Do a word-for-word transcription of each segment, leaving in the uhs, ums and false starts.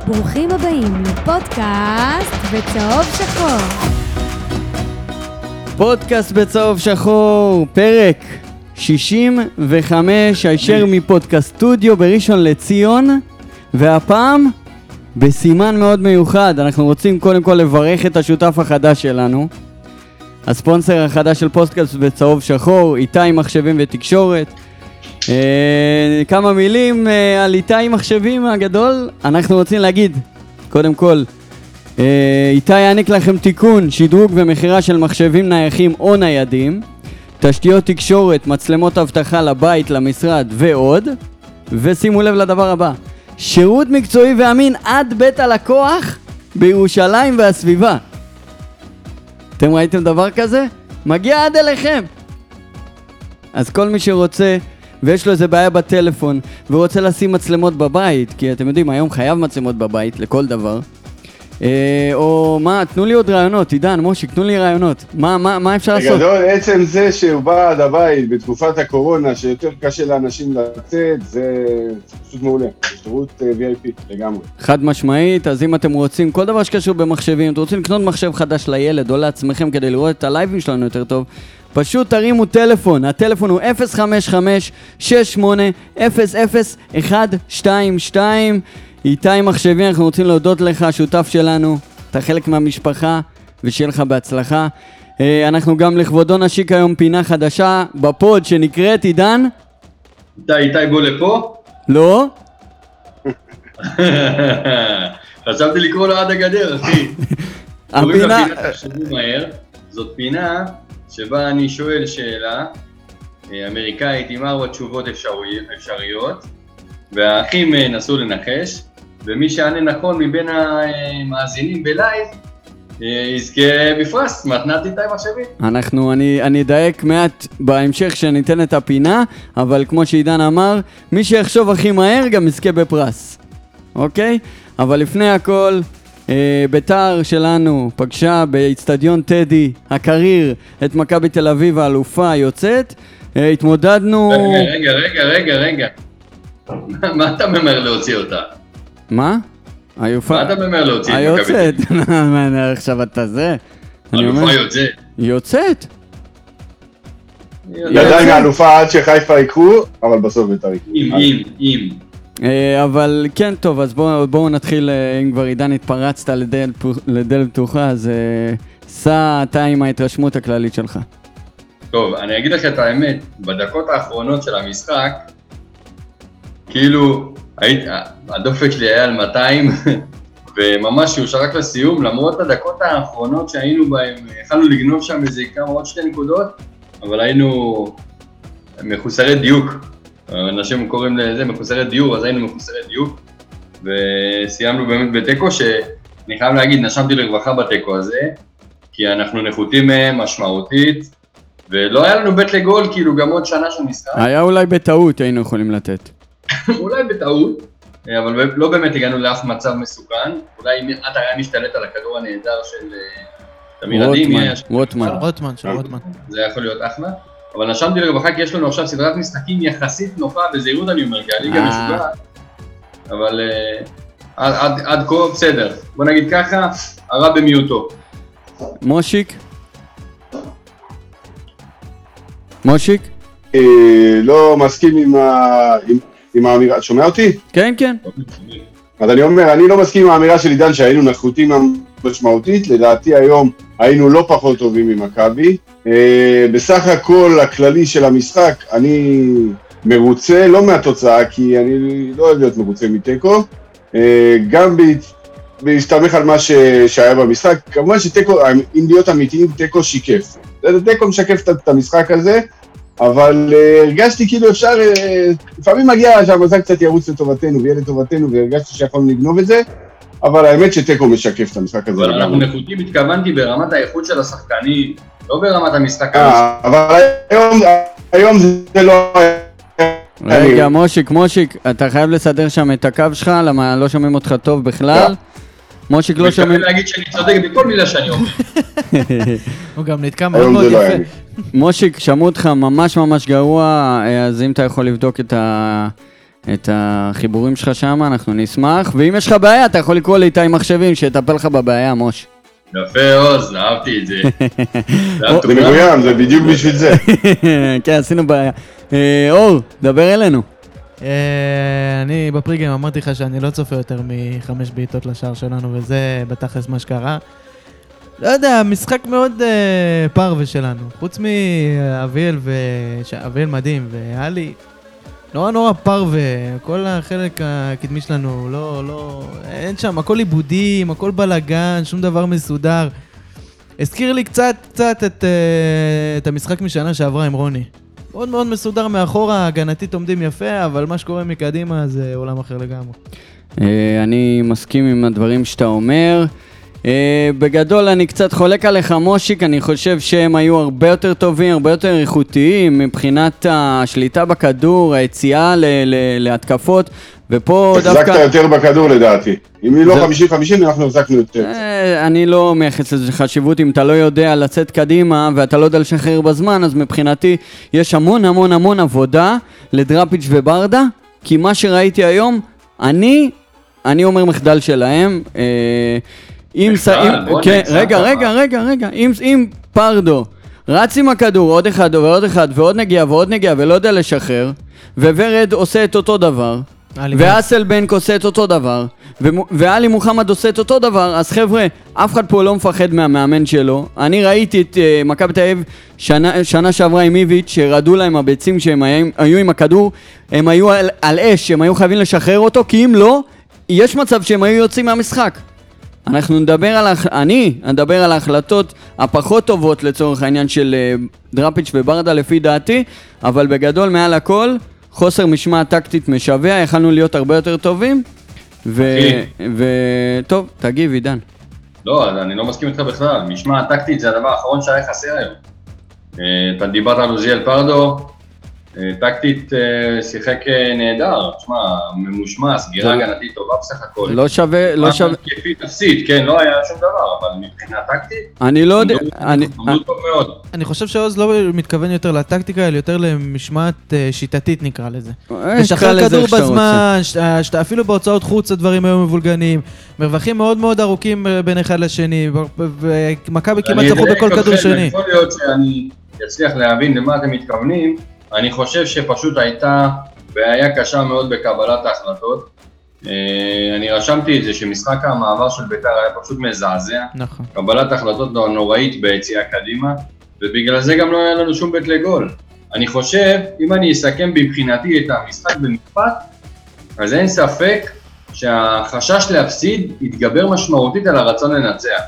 ברוכים הבאים לפודקאסט בצהוב שחור. פודקאסט בצהוב שחור, פרק שישים וחמש, הישר מפודקאסט סטודיו בראשון לציון, והפעם בסימן מאוד מיוחד. אנחנו רוצים קודם כל לברך את השותף החדש שלנו, הספונסר החדש של פודקאסט בצהוב שחור, איתי מחשבים ותקשורת. אה, כמה מילים אה, על איתי מחשבים הגדול. אנחנו רוצים להגיד, קודם כל, אה, איתי יעניק לכם תיקון, שדרוג ומחירה של מחשבים נייחים או ניידים, תשתיות תקשורת, מצלמות אבטחה לבית, למשרד ועוד. ושימו לב לדבר הבא, שירות מקצועי ואמין עד בית הלקוח בירושלים והסביבה. אתם ראיתם דבר כזה? מגיע עד אליכם. אז כל מי שרוצה ויש לו איזה בעיה בטלפון ורוצה לשים מצלמות בבית, כי אתם יודעים, היום חייב מצלמות בבית לכל דבר, אה, או מה, תנו לי עוד רעיונות, עידן, מושיק, תנו לי רעיונות, מה, מה, מה אפשר לעשות? בגדול, עצם זה שהוא בא עד הבית בתקופת הקורונה, שיותר קשה לאנשים לצאת, זה פשוט מעולה, שירות וי איי פי לגמרי. חד משמעית. אז אם אתם רוצים כל דבר שקשור במחשבים, אתם רוצים לקנות מחשב חדש לילד או לעצמכם כדי לראות את הלייבים שלנו יותר טוב, פשוט תרימו טלפון, הטלפון הוא אפס חמש חמש שש שמונה אפס אפס אחת שתיים שתיים. איתי מחשבים, אנחנו רוצים להודות לך, שותף שלנו, אתה חלק מהמשפחה, ושיהיה לך בהצלחה. אנחנו גם לכבודו נשיק היום פינה חדשה בפוד שנקראת, עידן? איתי, איתי בוא לפה? לא? חשבתי לקרוא לו עד הגדר, אחי. הפינה... זאת פינה שבה אני שואל שאלה אמריקאית עם ארבע תשובות אפשריות, והאחים נסו לנחש, ומי שענה נכון מבין המאזינים בלייב יזכה בפרס מתנת איתי מחשבים. אנחנו, אני, אני אדייק מעט בהמשך שניתן את הפינה, אבל כמו שעידן אמר, מי שיחשוב הכי מהר גם יזכה בפרס, אוקיי? אבל לפני הכל, אה, בית"ר שלנו פגשה באצטדיון טדי הקריר את מכבי תל אביב האלופה היוצאת. אה, התמודדנו... רגע, רגע, רגע, רגע, רגע. מה אתה ממהר להוציא אותה? מה? היופה... מה אתה ממהר להוציא את מכבי? היוצאת. מה, עכשיו אתה זה? אלופה יוצאת. היא יוצאת? ידיים האלופה עד שחיפה יקחו, אבל בסוף בית"ר יקחו. אם, אם, אם. אבל כן, טוב, אז בואו בוא נתחיל, אם כבר עידן התפרצת לדלת פתוחה, אז סע אתה עם ההתרשמות הכללית שלך. טוב, אני אגיד לך את האמת, בדקות האחרונות של המשחק, כאילו, היית, הדופק שלי היה על מאתיים, וממש הוא שרק לסיום, למרות הדקות האחרונות שהיינו בהם, יכלנו לגנוב שם איזה כמה עוד שתי נקודות, אבל היינו מחוסרי דיוק. אנשים קוראים לזה מחוסרי דיור, אז היינו מחוסרי דיוק, וסיימנו באמת בטקו, שאני חייב להגיד, נשמתי לרווחה בטקו הזה, כי אנחנו נחותים מהם משמעותית, ולא היה לנו בית לגול, כאילו גם עוד שנה של משחק. היה אולי בטעות היינו יכולים לתת. אולי בטעות, אבל לא באמת הגענו לאף מצב מסוכן. אולי אם אתה היה משתלט על הכדור הנהדר של תמירדים. רוטמן. רוטמן, של רוטמן. זה יכול להיות אחלה. אבל נשמתי לרווחה כי יש לנו עכשיו סדרת משחקים יחסית נוחה, בזהירות אני אומר, כי הליגה משוגעת. אבל עד כה בסדר. בוא נגיד ככה, הרע במיעוטו. מושיק? מושיק? לא מסכים עם האמירה, שומע אותי? כן, כן. אז אני אומר, אני לא מסכים עם האמירה של עידן שהיינו נחותים משמעותית, לדעתי היום היינו לא פחות טובים ממכבי. בסך הכל הכללי של המשחק, אני מרוצה, לא מהתוצאה, כי אני לא אוהב להיות מרוצה מטקו, גם בהסתמך על מה שהיה במשחק, כמובן שטקו, אם להיות אמיתיים, טקו שיקף. טקו משקף את המשחק הזה, אבל הרגשתי כאילו אפשר, לפעמים מגיע שהמזל קצת ירוץ לטובתנו ויהיה לטובתנו, והרגשתי שיכולנו לגנוב את זה, אבל האמת שטקו משקף את המשחק הזה. אבל אנחנו נחותים, התכוונתי ברמת האיכות של השחקנים, לא ברמת המשחק. אבל היום זה לא... רגע, מושיק, מושיק, אתה חייב לסדר שם את הקו שלך, למה לא שומעים אותך טוב בכלל. מושיק לא שומעים... מתכוון להגיד שאני צודק בכל מילה שאני אומר. הוא גם נתקע מאוד מאוד יפה. מושיק, שמעו אותך ממש ממש גרוע, אז אם אתה יכול לבדוק את ה... את החיבורים שלך שם, אנחנו נשמח, ואם יש לך בעיה, אתה יכול לקרוא לי איתי מחשבים, שיטפל לך בבעיה, מוש. יפה, עוז, אהבתי את זה. זה מגוים, זה בדיוק בשביל זה. כן, עשינו בעיה. אור, דבר אלינו. אני בפריגיים אמרתי לך שאני לא צופה יותר מחמש בעיטות לשער שלנו, וזה בתכלס מה שקרה. לא יודע, משחק מאוד פרווה שלנו. חוץ מאביאל, אביאל מדהים, והיה לי נורא נורא פרווה. כל החלק הקדמי שלנו, לא, לא, אין שם, הכל עיבודים, הכל בלגן, שום דבר מסודר. הזכיר לי קצת, קצת את, את המשחק משנה שעברה עם רוני. מאוד מאוד מסודר מאחורה, הגנתית עומדים יפה, אבל מה שקורה מקדימה זה עולם אחר לגמרי. אני מסכים עם הדברים שאתה אומר. בגדול אני קצת חולק עליך, מושיק, אני חושב שהם היו הרבה יותר טובים, הרבה יותר איכותיים מבחינת השליטה בכדור, היציאה להתקפות, ופה דווקא... החזקת יותר בכדור לדעתי. אם לא חמישים חמישים, אנחנו החזקנו יותר. אני לא מייחס לזה חשיבות, אם אתה לא יודע לצאת קדימה ואתה לא יודע לשחרר בזמן, אז מבחינתי יש המון המון המון עבודה לדראפיץ' וברדה, כי מה שראיתי היום, אני, אני אומר מחדל שלהם, אם... רגע, רגע, רגע, רגע, אם פרדו רץ עם הכדור עוד אחד ועוד אחד ועוד נגיע ועוד נגיע ולא יודע לשחרר, וורד עושה את אותו דבר, ואסל בנק עושה את אותו דבר, ואלי מוחמד עושה את אותו דבר, אז חבר'ה, אף אחד פה לא מפחד מהמאמן שלו. אני ראיתי את מכבי תל אביב שנה, שנה שעברה עם איביץ' שרדו להם הביצים שהם היו עם הכדור, הם היו על, על אש, הם היו חייבים לשחרר אותו, כי אם לא, יש מצב שהם היו יוצאים מהמשחק. אנחנו נדבר על, אני נדבר על ההחלטות הפחות טובות לצורך העניין של דראפיץ' וברדה לפי דעתי, אבל בגדול מעל הכל, חוסר משמעת טקטית משווה, יכלנו להיות הרבה יותר טובים, וטוב, תגיב עידן. לא, אני לא מסכים איתך בכלל, משמעת טקטית זה הדבר האחרון שהיה חסר היום. אתה דיברת על עוזיאל פרדו, טקטית שיחק נהדר, תשמע, ממושמע, סגירה הגנתית טובה בסך הכל. לא שווה, לא שווה. כפי תפסיד, כן, לא היה שום דבר, אבל מבחינה טקטית, אני לא יודע, אני חושב שעוז לא מתכוון יותר לטקטיקה, אלא יותר למשמעת שיטתית נקרא לזה. לשחרר כדור בזמן, שאתה אפילו בהוצאות חוץ הדברים היו מבולגנים, מרווחים מאוד מאוד ארוכים בין אחד לשני, ומכבי כמעט זכו בכל כדור שני. יכול להיות שאני אצליח להבין למה אתם מתכוונים, אני חושב שפשוט הייתה בעיה קשה מאוד בקבלת ההחלטות. אני רשמתי את זה שמשחק המעבר של בית"ר היה פשוט מזעזע. נכון. קבלת החלטות נוראית ביציאה קדימה, ובגלל זה גם לא היה לנו שום בית לגול. אני חושב, אם אני אסכם מבחינתי את המשחק במשפט, אז אין ספק שהחשש להפסיד יתגבר משמעותית על הרצון לנצח.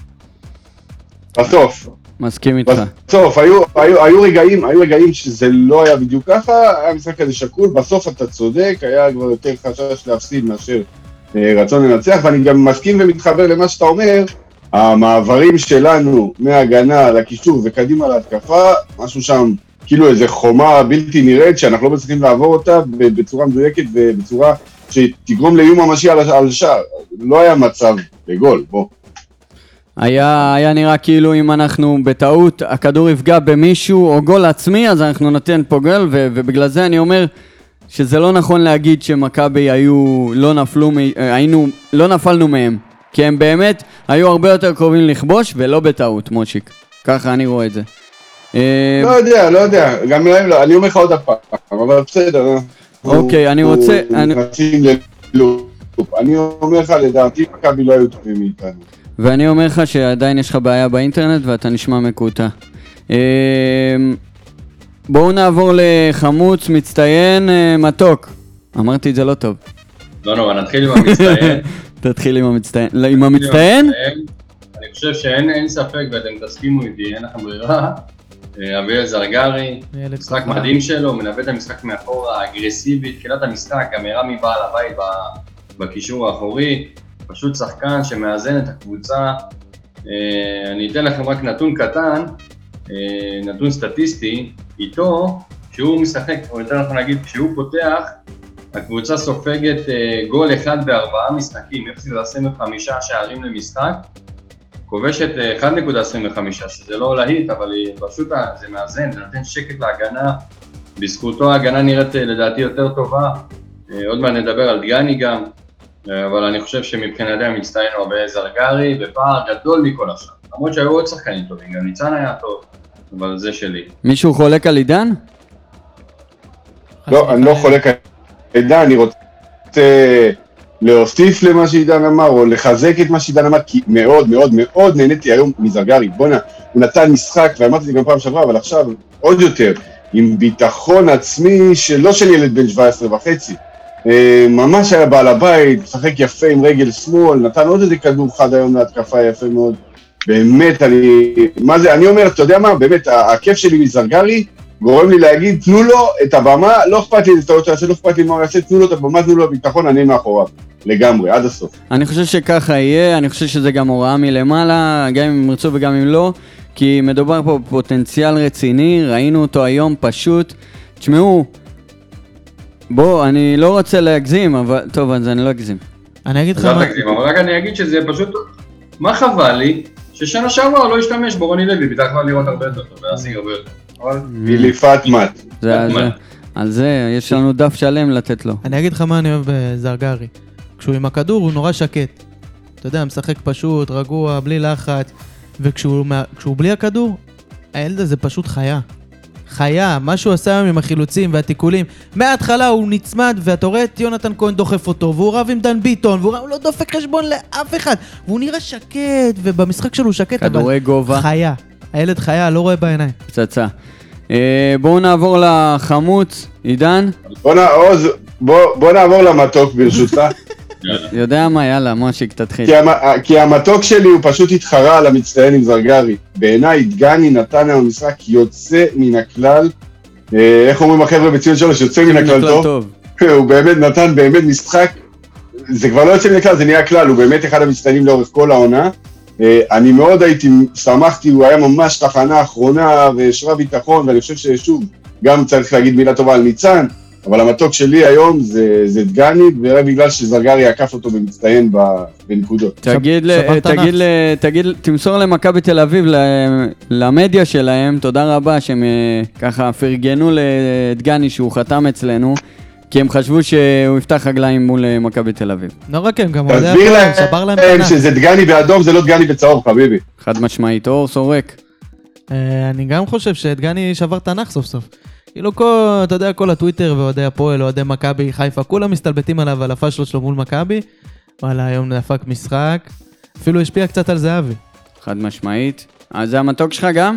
בסוף. מסכים איתך. בסוף, היו, היו, היו רגעים, היו רגעים שזה לא היה בדיוק ככה, היה משחק כזה שקול, בסוף אתה צודק, היה כבר יותר חשש להפסיד מאשר אה, רצון לנצח, ואני גם מסכים ומתחבר למה שאתה אומר, המעברים שלנו מהגנה לקישור וקדימה להתקפה, משהו שם, כאילו איזה חומה בלתי נראית, שאנחנו לא מצליחים לעבור אותה בצורה מדויקת ובצורה שתגרום לאיום ממשי על, על שער. לא היה מצב בגול, בוא. היה, היה נראה כאילו אם אנחנו בטעות, הכדור יפגע במישהו או גול עצמי, אז אנחנו נתן פה גול, ו- ובגלל זה אני אומר שזה לא נכון להגיד שמכבי היו, לא נפלו, היינו, לא נפלנו מהם, כי הם באמת היו הרבה יותר קרובים לכבוש ולא בטעות, מושיק. ככה אני רואה את זה. לא יודע, לא יודע, גם להם לא, אני אומר לך עוד הפעם, אבל בסדר. אוקיי, אני רוצה... אני אומר לך, לדעתי, מכבי לא היו טובים מאיתנו. ואני אומר לך שעדיין יש לך בעיה באינטרנט ואתה נשמע מקוטע. בואו נעבור לחמוץ, מצטיין, מתוק. אמרתי את זה לא טוב. לא נורא, נתחיל עם המצטיין. תתחיל עם המצטיין. עם המצטיין? אני חושב שאין ספק ואתם תסכימו איתי, אין לכם ברירה. אביאל זרגרי, משחק מדהים שלו, מנווט המשחק מאחורה, אגרסיבי, תחילת המשחק, אמירה מבעל הבית בקישור האחורי. פשוט שחקן שמאזן את הקבוצה. אני אתן לכם רק נתון קטן, נתון סטטיסטי, איתו, כשהוא משחק, או יותר נכון להגיד, כשהוא פותח, הקבוצה סופגת גול אחד בארבעה משחקים, אפס נקודה עשרים וחמש שערים למשחק, כובשת אחת נקודה עשרים וחמש, שזה לא להיט, אבל פשוט זה מאזן, זה נותן שקט להגנה, בזכותו ההגנה נראית לדעתי יותר טובה, עוד מעט נדבר על דגני גם, אבל אני חושב שמבחינתי המצטיין הוא הרבה זרגרי, ופער גדול מכל השאר. למרות שהיו עוד שחקנים טובים, גם ניצן היה טוב, אבל זה שלי. מישהו חולק על עידן? לא, אני לא חולק על עידן, אני רוצה להוסיף למה שעידן אמר, או לחזק את מה שעידן אמר, כי מאוד מאוד מאוד נהניתי היום מזרגרי. בוא'נה, הוא נתן משחק, ואמרתי את זה גם פעם שעברה, אבל עכשיו עוד יותר, עם ביטחון עצמי שלא של ילד בן שבע עשרה וחצי. ממש היה בעל הבית, משחק יפה עם רגל שמאל, נתן עוד איזה כדור חד היום להתקפה יפה מאוד. באמת, אני, מה זה, אני אומר, אתה יודע מה, באמת, הכיף שלי מזרגרי, גורם לי להגיד, תנו לו את הבמה, לא אכפת לי את הטעות, לא אכפת לי מה הוא יעשה, תנו לו את הבמה, תנו לו ביטחון, אני מאחוריו, לגמרי, עד הסוף. אני חושב שככה יהיה, אני חושב שזה גם הוראה מלמעלה, גם אם ירצו וגם אם לא, כי מדובר פה בפוטנציאל רציני, ראינו אותו היום פשוט, תשמעו, בוא, אני לא רוצה להגזים, אבל טוב, אז אני לא אגזים. אני אגיד לך לא מה... תגזים, אבל רק אני אגיד שזה פשוט, מה חבל לי, ששנה שעברה לא השתמש ברוני לוי, בדרך כלל לראות הרבה יותר טוב, להשיג הרבה יותר. ביליפת מת. זה, זה, על זה, יש לנו דף שלם לתת לו. אני אגיד לך מה אני אוהב בזרגרי. כשהוא עם הכדור הוא נורא שקט. אתה יודע, משחק פשוט, רגוע, בלי לחץ. וכשהוא כשהוא בלי הכדור, הילד הזה פשוט חיה. חיה, מה שהוא עשה היום עם החילוצים והתיקולים. מההתחלה הוא נצמד, ואתה רואה את יונתן כהן דוחף אותו, והוא רב עם דן ביטון, והוא לא דופק חשבון לאף אחד. והוא נראה שקט, ובמשחק שלו הוא שקט, כדורי גובה. חיה. הילד חיה, לא רואה בעיניים. פצצה. אה, בואו נעבור לחמוץ, עידן. בוא, נע, עוז, בוא, בוא נעבור למתוק ברשותך. יודע מה, יאללה, מושיק, תתחיל. כי, המ, כי המתוק שלי הוא פשוט התחרה על המצטיין עם זרגרי. בעיניי דגני נתן לנו משחק יוצא מן הכלל. אה, איך אומרים החבר'ה בציון שלו, שיוצא מן הכלל טוב. טוב. הוא באמת נתן באמת משחק, זה כבר לא יוצא מן הכלל, זה נהיה כלל, הוא באמת אחד המצטיינים לאורך כל העונה. אני מאוד הייתי, שמחתי, הוא היה ממש תחנה האחרונה והשרה ביטחון, ואני חושב ששוב, גם צריך להגיד מילה טובה על ניצן, אבל המתוק שלי היום זה, זה דגני, ורק בגלל שזרגרי עקף אותו במצטיין בנקודות. תגיד, ל, תגיד, ל, תגיד, תמסור למכבי תל אביב, למדיה שלהם, תודה רבה שהם ככה פרגנו לדגני שהוא חתם אצלנו, כי הם חשבו שהוא יפתח רגליים מול מכבי תל אביב. לא רק הם, גם הוא יודע תסביר להם, שבר להם להם שזה דגני באדום, זה לא דגני בצהוב, חביבי. חד משמעית, אור סורק. אני גם חושב שדגני שבר תנך סוף סוף. כאילו, כל, אתה יודע, כל הטוויטר ואוהדי הפועל, אוהדי מכבי חיפה, כולם מסתלבטים עליו על הפשלות שלו מול מכבי. וואלה, היום דפק משחק. אפילו השפיע קצת על זהבי. חד משמעית. אז זה המתוק שלך גם?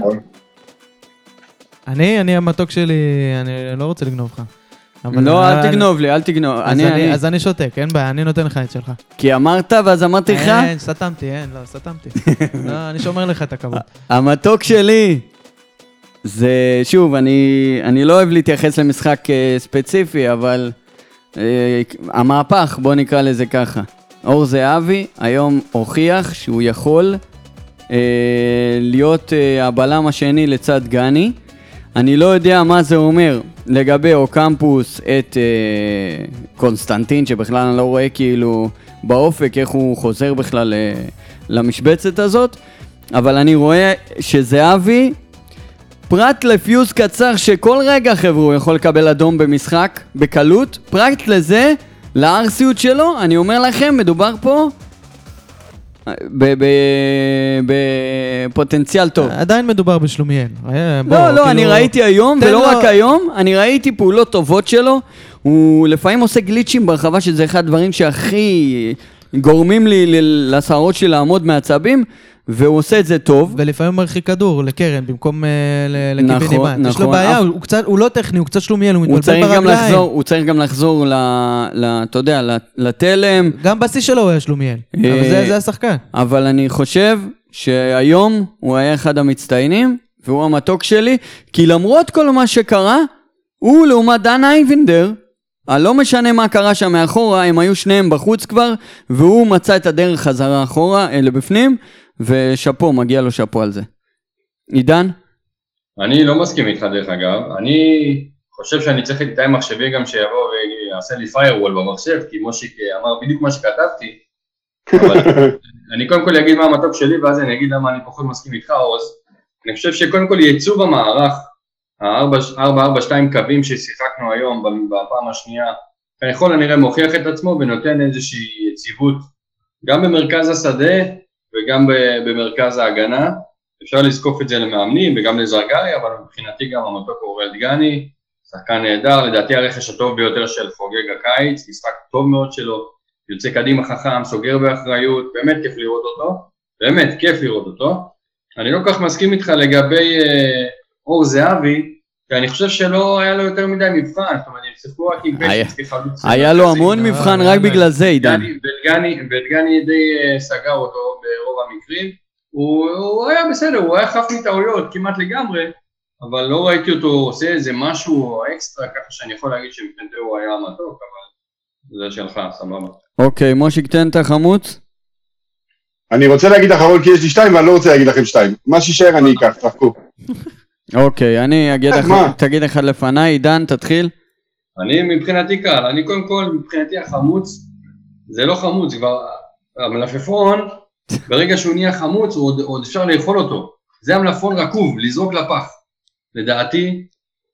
אני, אני המתוק שלי, אני לא רוצה לגנוב לך. לא, אל תגנוב לי, אל תגנוב. אז אני שותק, אין בעיה, אני נותן לך את שלך. כי אמרת ואז אמרתי לך? אין, סתמתי, אין, לא, סתמתי. לא, אני שומר לך את הכבוד. המתוק שלי, זה, שוב, אני לא אוהב להתייחס למשחק ספציפי, אבל המהפך, בוא נקרא לזה ככה. אור זהבי היום הוכיח שהוא יכול להיות הבלם השני לצד גני. אני לא יודע מה זה אומר לגבי אוקמפוס את אה, קונסטנטין, שבכלל אני לא רואה כאילו באופק איך הוא חוזר בכלל אה, למשבצת הזאת, אבל אני רואה שזהבי, פרט לפיוס קצר שכל רגע חבר'ה הוא יכול לקבל אדום במשחק בקלות, פרט לזה, לארסיות שלו, אני אומר לכם, מדובר פה בפוטנציאל טוב. עדיין מדובר בשלומיאל. לא, לא, אני ראיתי היום, ולא רק היום, אני ראיתי פעולות טובות שלו. הוא לפעמים עושה גליצ'ים ברחבה, שזה אחד הדברים שהכי גורמים לי לשערות שלי לעמוד מעצבים, והוא עושה את זה טוב. ולפעמים מרחיק כדור לקרן, במקום לקיבינימן. יש לו בעיה, הוא לא טכני, הוא קצת שלומיאל, הוא מתבלבל ברגליים. הוא צריך גם לחזור, אתה יודע, לתלם. גם בשיא שלו הוא היה שלומיאל, אבל זה השחקן. אבל אני חושב שהיום הוא היה אחד המצטיינים, והוא המתוק שלי, כי למרות כל מה שקרה, הוא לעומת דן אייבינדר, לא משנה מה קרה שם מאחורה, הם היו שניהם בחוץ כבר, והוא מצא את הדרך חזרה אחורה, אלה בפנים, ושפו, מגיע לו שפו על זה. עידן? אני לא מסכים איתך דרך אגב, אני חושב שאני צריך לתאי מחשבי גם שיבוא ויעשה לי firewall במחשב, כי מושיק אמר בדיוק מה שכתבתי, אבל אני קודם כל אגיד מה המתוק שלי, ואז אני אגיד למה אני פחות מסכים איתך עוז. אני חושב שקודם כל ייצוב המערך, ה-ארבע ארבע שתיים קווים ששיחקנו היום בפעם השנייה, ככל הנראה מוכיח את עצמו ונותן איזושהי יציבות, גם במרכז השדה וגם במרכז ההגנה. אפשר לזקוף את זה למאמנים וגם לזרגרי, אבל מבחינתי גם המתוק אוראל דגני, שחקן נהדר, לדעתי הרכש הטוב ביותר של חוגג הקיץ, משחק טוב מאוד שלו, יוצא קדימה חכם, סוגר באחריות, באמת כיף לראות אותו, באמת כיף לראות אותו. אני לא כל כך מסכים איתך לגבי אה, אור זהבי, כי אני חושב שלא היה לו יותר מדי מבחן, זאת אומרת, נפסקו רק עם פשט כחלוץ. היה לו המון מבחן רק בגלל זה, עידן. ודגני די סגר אותו ברוב המקרים, הוא היה בסדר, הוא היה חף מטעויות כמעט לגמרי, אבל לא ראיתי אותו עושה איזה משהו אקסטרה, ככה שאני יכול להגיד שמבחינתי הוא היה מתוק, אבל זה שלך, סבבה. אוקיי, מושיק, תן את החמוץ. אני רוצה להגיד אחרון כי יש לי שתיים, ואני לא רוצה להגיד לכם שתיים. מה שישאר אני אקח, תחכו. אוקיי, אני אגיד תגיד אחד לפניי, עידן, תתחיל. אני מבחינתי קל, אני קודם כל, מבחינתי החמוץ, זה לא חמוץ, כבר המלפפון, ברגע שהוא נהיה חמוץ, עוד, עוד אפשר לאכול אותו. זה המלפפון רקוב, לזרוק לפח. לדעתי,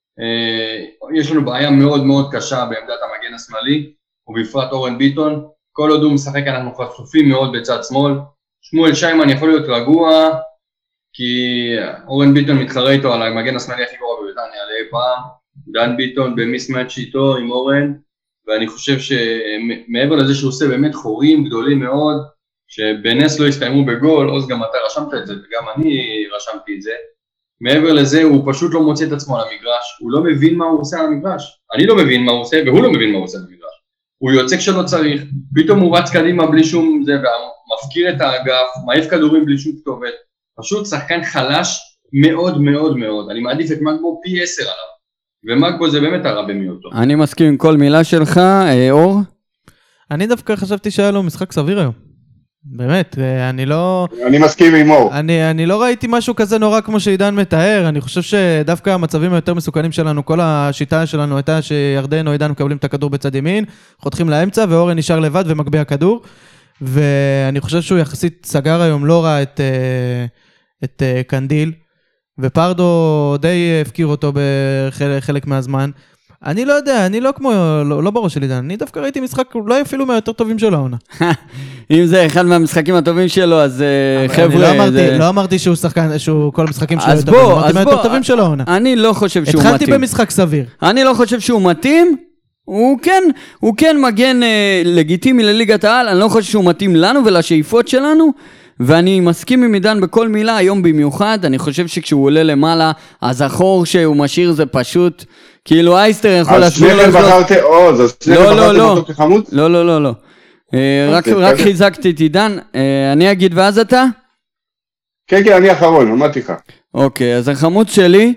אה, יש לנו בעיה מאוד מאוד קשה בעמדת המגן השמאלי, ובפרט אורן ביטון. כל עוד הוא משחק אנחנו חשופים מאוד בצד שמאל. שמואל שיימן יכול להיות רגוע, כי אורן ביטון מתחרה איתו על המגן השמאלי הכי גרוע בבריטניה על אי פעם. דן ביטון במיסמאץ' איתו עם אורן, ואני חושב שמעבר לזה שהוא עושה באמת חורים גדולים מאוד, שבנס לא הסתיימו בגול, עוז גם אתה רשמת את זה, וגם אני רשמתי את זה. מעבר לזה הוא פשוט לא מוצא את עצמו על המגרש, הוא לא מבין מה הוא עושה על המגרש. אני לא מבין מה הוא עושה, והוא לא מבין מה הוא עושה על המגרש. הוא יוצא כשלא צריך, פתאום הוא רץ קדימה בלי שום זה, ומפקיר את האגף, מעיף כדורים בלי שום כתובת. פשוט שחקן חלש מאוד מאוד מאוד. אני מעדיף את מגבו פי עשר עליו. ומגבו זה באמת הרע במיעוטו. אני מסכים עם כל מילה שלך, אור. אני דווקא חשבתי שהיה לו משחק סביר היום. באמת, אני לא... אני מסכים עם אור. אני, אני לא ראיתי משהו כזה נורא כמו שעידן מתאר, אני חושב שדווקא המצבים היותר מסוכנים שלנו, כל השיטה שלנו הייתה שירדן או עידן מקבלים את הכדור בצד ימין, חותכים לאמצע ואורן נשאר לבד ומגביה כדור, ואני חושב שהוא יחסית סגר היום לא רע את, את קנדיל, ופרדו די הפקיר אותו בחלק מהזמן. אני לא יודע, אני לא כמו, לא, לא בראש של עידן, אני דווקא ראיתי משחק אולי אפילו מהיותר טובים של העונה. אם זה אחד מהמשחקים הטובים שלו, אז חבר'ה... אני לא אמרתי, לא אמרתי שהוא שחקן, שהוא כל המשחקים שלו יותר טובים, אמרתי מהיותר טובים של העונה. אני לא חושב שהוא מתאים. התחלתי במשחק סביר. אני לא חושב שהוא מתאים, הוא כן, הוא כן מגן אה, לגיטימי לליגת העל, אני לא חושב שהוא מתאים לנו ולשאיפות שלנו, ואני מסכים עם עידן בכל מילה, היום במיוחד, אני חושב שכשהוא עולה למעלה, אז החור שהוא משאיר זה פשוט, כאילו אייסטר יכול להסביר לו... אז שניכם בחרתם עוז, אז שניכם בחרתם אותו כחמוץ? לא, לא, לא, לא. רק חיזקתי את עידן, אני אגיד ואז אתה? כן, כן, אני אחרון, אמרתי לך. אוקיי, אז החמוץ שלי,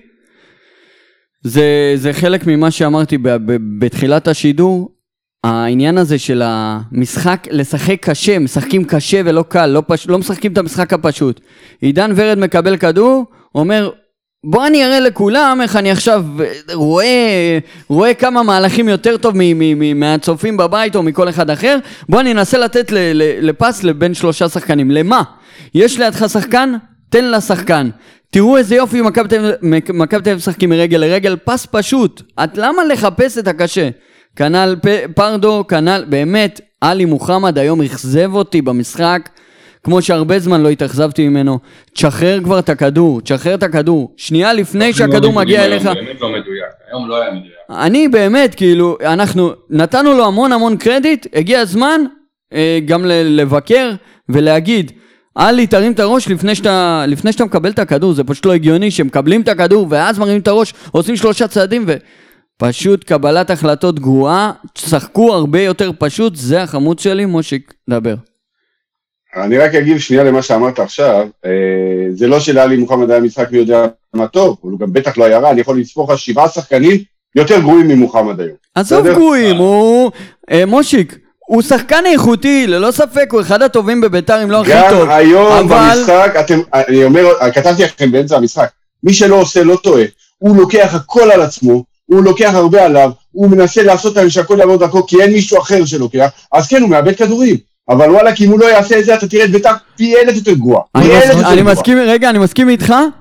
זה חלק ממה שאמרתי בתחילת השידור, העניין הזה של המשחק, לשחק קשה, משחקים קשה ולא קל, לא, פש... לא משחקים את המשחק הפשוט. עידן ורד מקבל כדור, אומר, בוא אני אראה לכולם איך אני עכשיו רואה, רואה כמה מהלכים יותר טוב מ- מ- מ- מהצופים בבית או מכל אחד אחר, בוא אני אנסה לתת ל- ל- לפס לבין שלושה שחקנים. למה? יש לידך שחקן? תן לשחקן. תראו איזה יופי מכבי תל אביב משחקים מרגל לרגל, פס פשוט. את למה לחפש את הקשה? כנל פרדו, כנל, באמת, אלי מוחמד היום אכזב אותי במשחק, כמו שהרבה זמן לא התאכזבתי ממנו. תשחרר כבר את הכדור, תשחרר את הכדור. שנייה לפני שהכדור מגיע אליך. באמת לא מדויק, היום לא היה מדויק. אני באמת, כאילו, אנחנו נתנו לו המון המון קרדיט, הגיע הזמן אה, גם לבקר ולהגיד, אלי תרים את הראש לפני שאתה, לפני שאתה מקבל את הכדור, זה פשוט לא הגיוני שמקבלים את הכדור ואז מרימים את הראש, עושים שלושה צעדים ו... פשוט קבלת החלטות גרועה, שחקו הרבה יותר פשוט, זה החמוץ שלי, מושיק, דבר. אני רק אגיב שנייה למה שאמרת עכשיו, זה לא שלאלי מוחמד היה משחק מי יודע מה טוב, הוא גם בטח לא היה רע, אני יכול לספור לך שבעה שחקנים יותר גרועים ממוחמד היום. עזוב גרועים, הוא, מושיק, הוא שחקן איכותי, ללא ספק, הוא אחד הטובים בביתר, אם לא הכי טוב. גם היום במשחק, אני אומר, כתבתי לכם באמצע המשחק, מי שלא עושה לא טועה, הוא לוקח הכל על עצמו, הוא לוקח הרבה עליו, הוא מנסה לעשות את שהכל יעבור דרכו, כי אין מישהו אחר שלוקח, אז כן, הוא מאבד כדורים. אבל וואלה, כי אם הוא לא יעשה את זה, אתה תראה את ביתר פי אלף יותר גרוע. אני מסכים, רגע, אני מסכים איתך,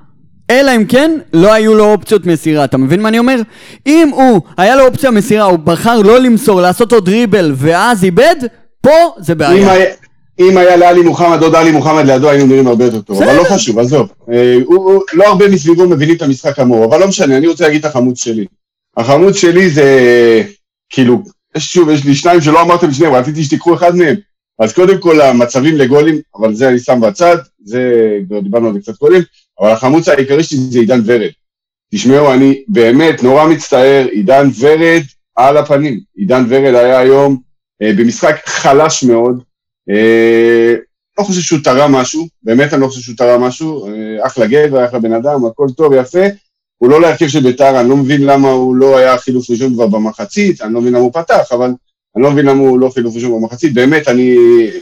אלא אם כן, לא היו לו אופציות מסירה, אתה מבין מה אני אומר? אם הוא, היה לו אופציה מסירה, הוא בחר לא למסור, לעשות עוד דריבל, ואז איבד, פה זה בעיה. אם היה, אם היה לאלי מוחמד או דלי מוחמד לידו, היינו נראים הרבה יותר טוב, אבל לא חשוב, עזוב. אה, הוא, הוא, לא הרבה מסביבו מבינים את המשחק כמוהו, אבל לא משנה, אני רוצה להגיד את החמוץ שלי. החמוץ שלי זה, כאילו, שוב, יש לי שניים שלא אמרתם שניהם, רציתי שתיקחו אחד מהם. אז קודם כל, המצבים לגולים, אבל זה אני שם בצד, זה, דיברנו על זה קצת קודם, אבל החמוץ העיקרי שלי זה עידן ורד. תשמעו, אני באמת נורא מצטער, עידן ורד על הפנים. עידן ורד היה היום אה, במשחק חלש מאוד, אה, לא חושב שהוא תרם משהו, באמת אני לא חושב שהוא תרם משהו, אה, אחלה גבר, אחלה בן אדם, הכל טוב, יפה, הוא לא להרכב של ביתר, אני לא מבין למה הוא לא היה חילוף ראשון כבר במחצית, אני לא מבין למה הוא פתח, אבל אני לא מבין למה הוא לא חילוף ראשון במחצית, באמת אני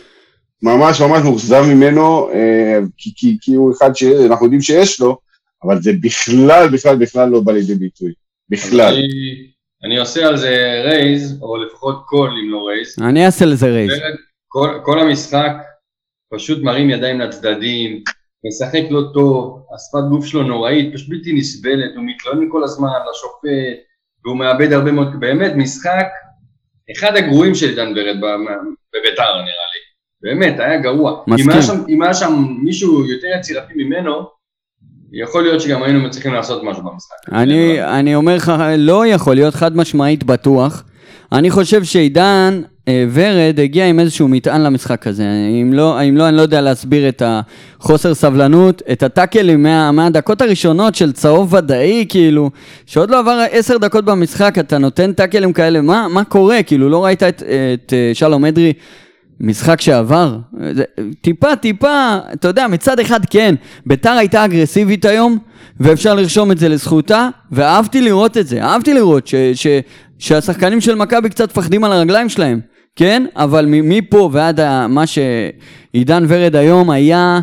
ממש ממש מוחזר ממנו, אה, כי, כי, כי הוא אחד שאנחנו יודעים שיש לו, אבל זה בכלל, בכלל, בכלל לא בא לידי ביטוי, בכלל. אני, אני עושה על זה רייז, או לפחות קול אם לא רייז. אני אעשה לזה רייז. כל, כל המשחק פשוט מרים ידיים לצדדים, משחק לא טוב, השפת גוף שלו נוראית, פשוט בלתי נסבלת, הוא מתלונן כל הזמן לשופט, והוא מאבד הרבה מאוד, באמת משחק, אחד הגרועים של עידן ורד בביתר נראה לי, באמת, היה גרוע. אם היה, שם, אם היה שם מישהו יותר יצירתי ממנו, יכול להיות שגם היינו מצליחים לעשות משהו במשחק. אני, אני אומר לך, לא יכול להיות חד משמעית בטוח, אני חושב שעידן ורד הגיע עם איזשהו מטען למשחק הזה, אם לא, אם לא, אני לא יודע להסביר את החוסר סבלנות, את הטאקלים מה, מהדקות הראשונות של צהוב ודאי, כאילו, שעוד לא עבר עשר דקות במשחק, אתה נותן טאקלים כאלה, מה, מה קורה? כאילו, לא ראית את, את שלום אדרי, משחק שעבר, טיפה, טיפה, אתה יודע, מצד אחד כן, ביתר הייתה אגרסיבית היום, ואפשר לרשום את זה לזכותה, ואהבתי לראות את זה, אהבתי לראות ש, ש, שהשחקנים של מכבי קצת פחדים על הרגליים שלהם, כן? אבל מפה ועד מה שעידן ורד היום היה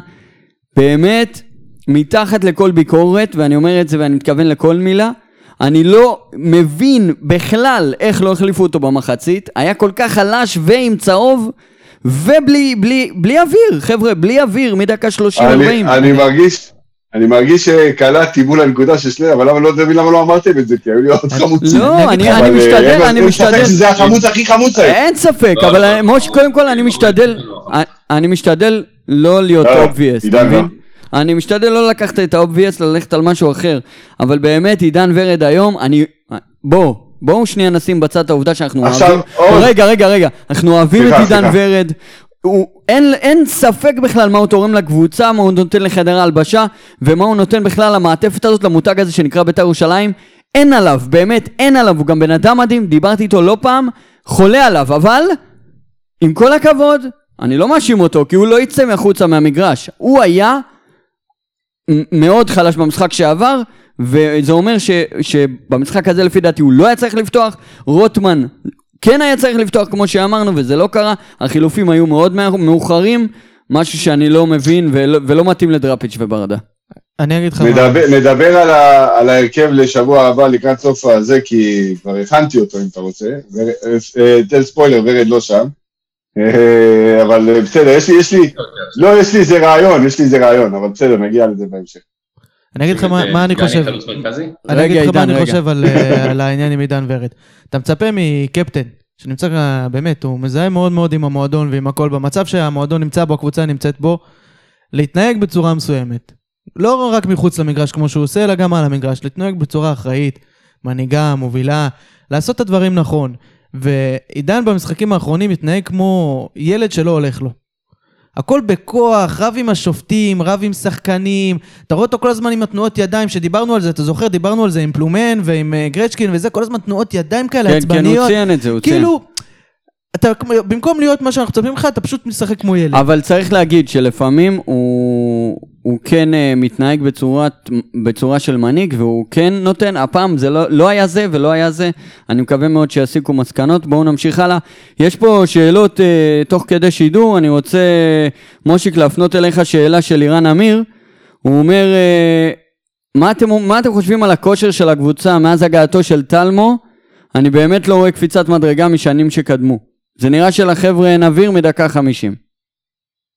באמת מתחת לכל ביקורת, ואני אומר את זה ואני מתכוון לכל מילה, אני לא מבין בכלל איך לא החליפו אותו במחצית, היה כל כך חלש ועם צהוב, ובלי בלי, בלי אוויר, חבר'ה, בלי אוויר, מדקה שלושים ארבעים. אני, אני מרגיש... אני מרגיש שקלעתי מול הנקודה של שני, אבל לא יודע למה לא אמרתם את זה, כי היו לי עוד חמוצים. לא, אני משתדל, אני משתדל. זה החמוץ הכי חמוץ היום. אין ספק, אבל משה, קודם כל אני משתדל, אני משתדל לא להיות obvious, אתה מבין? אני משתדל לא לקחת את ה-obvious, ללכת על משהו אחר, אבל באמת עידן ורד היום, אני, בוא, בואו שנייה נשים בצד העובדה שאנחנו אוהבים, רגע, רגע, רגע, אנחנו אוהבים את עידן ורד, הוא, אין, אין ספק בכלל מה הוא תורם לקבוצה, מה הוא נותן לחדר ההלבשה, ומה הוא נותן בכלל למעטפת הזאת, למותג הזה שנקרא בית"ר ירושלים, אין עליו, באמת אין עליו, הוא גם בן אדם מדהים, דיברתי איתו לא פעם, חולה עליו, אבל עם כל הכבוד, אני לא מאשים אותו, כי הוא לא יצא מחוצה מהמגרש, הוא היה מאוד חלש במשחק שעבר, וזה אומר ש, שבמשחק הזה לפי דעתי הוא לא היה צריך לפתוח, רוטמן כן היה צריך לפתוח כמו שאמרנו, וזה לא קרה, החילופים היו מאוד מאוחרים, משהו שאני לא מבין ולא, ולא מתאים לדראפיץ' וברדה. אני אגיד לך נדבר, נדבר על, ה, על ההרכב לשבוע הבא לקראת סוף הזה, כי כבר הכנתי אותו אם אתה רוצה, תל ספוילר, ורד לא שם, אבל בסדר, יש לי, יש לי, לא, יש לי איזה רעיון, יש לי איזה רעיון, אבל בסדר, נגיע לזה בהמשך. אני אגיד לך מה אני חושב, אני אגיד לך מה אני חושב על העניין עם עידן ורד. אתה מצפה מקפטן, שנמצא באמת, הוא מזהה מאוד מאוד עם המועדון ועם הכל, במצב שהמועדון נמצא בו, הקבוצה נמצאת בו, להתנהג בצורה מסוימת. לא רק מחוץ למגרש כמו שהוא עושה, אלא גם על המגרש, להתנהג בצורה אחראית, מנהיגה, מובילה, לעשות את הדברים נכון. ועידן במשחקים האחרונים מתנהג כמו ילד שלא הולך לו. הכל בכוח, רב עם השופטים, רב עם שחקנים, אתה רואה אותו כל הזמן עם התנועות ידיים, שדיברנו על זה, אתה זוכר, דיברנו על זה עם פלומן ועם גרצ'קין וזה, כל הזמן תנועות ידיים כאלה, כן, עצבניות. כן, הוא ציין את זה, הוא ציין. כאילו, אתה, במקום להיות מה שאנחנו צופים לך, אתה פשוט משחק כמו ילד. אבל צריך להגיד שלפעמים הוא, הוא כן uh, מתנהג בצורת, בצורה של מנהיג, והוא כן נותן, הפעם זה לא, לא היה זה ולא היה זה, אני מקווה מאוד שיסיקו מסקנות, בואו נמשיך הלאה. יש פה שאלות uh, תוך כדי שידור, אני רוצה, מושיק, להפנות אליך שאלה של אירן אמיר, הוא אומר, uh, מה, אתם, מה אתם חושבים על הכושר של הקבוצה מאז הגעתו של טלמו? אני באמת לא רואה קפיצת מדרגה משנים שקדמו. זה נראה שלחבר'ה נביר מדקה חמישים.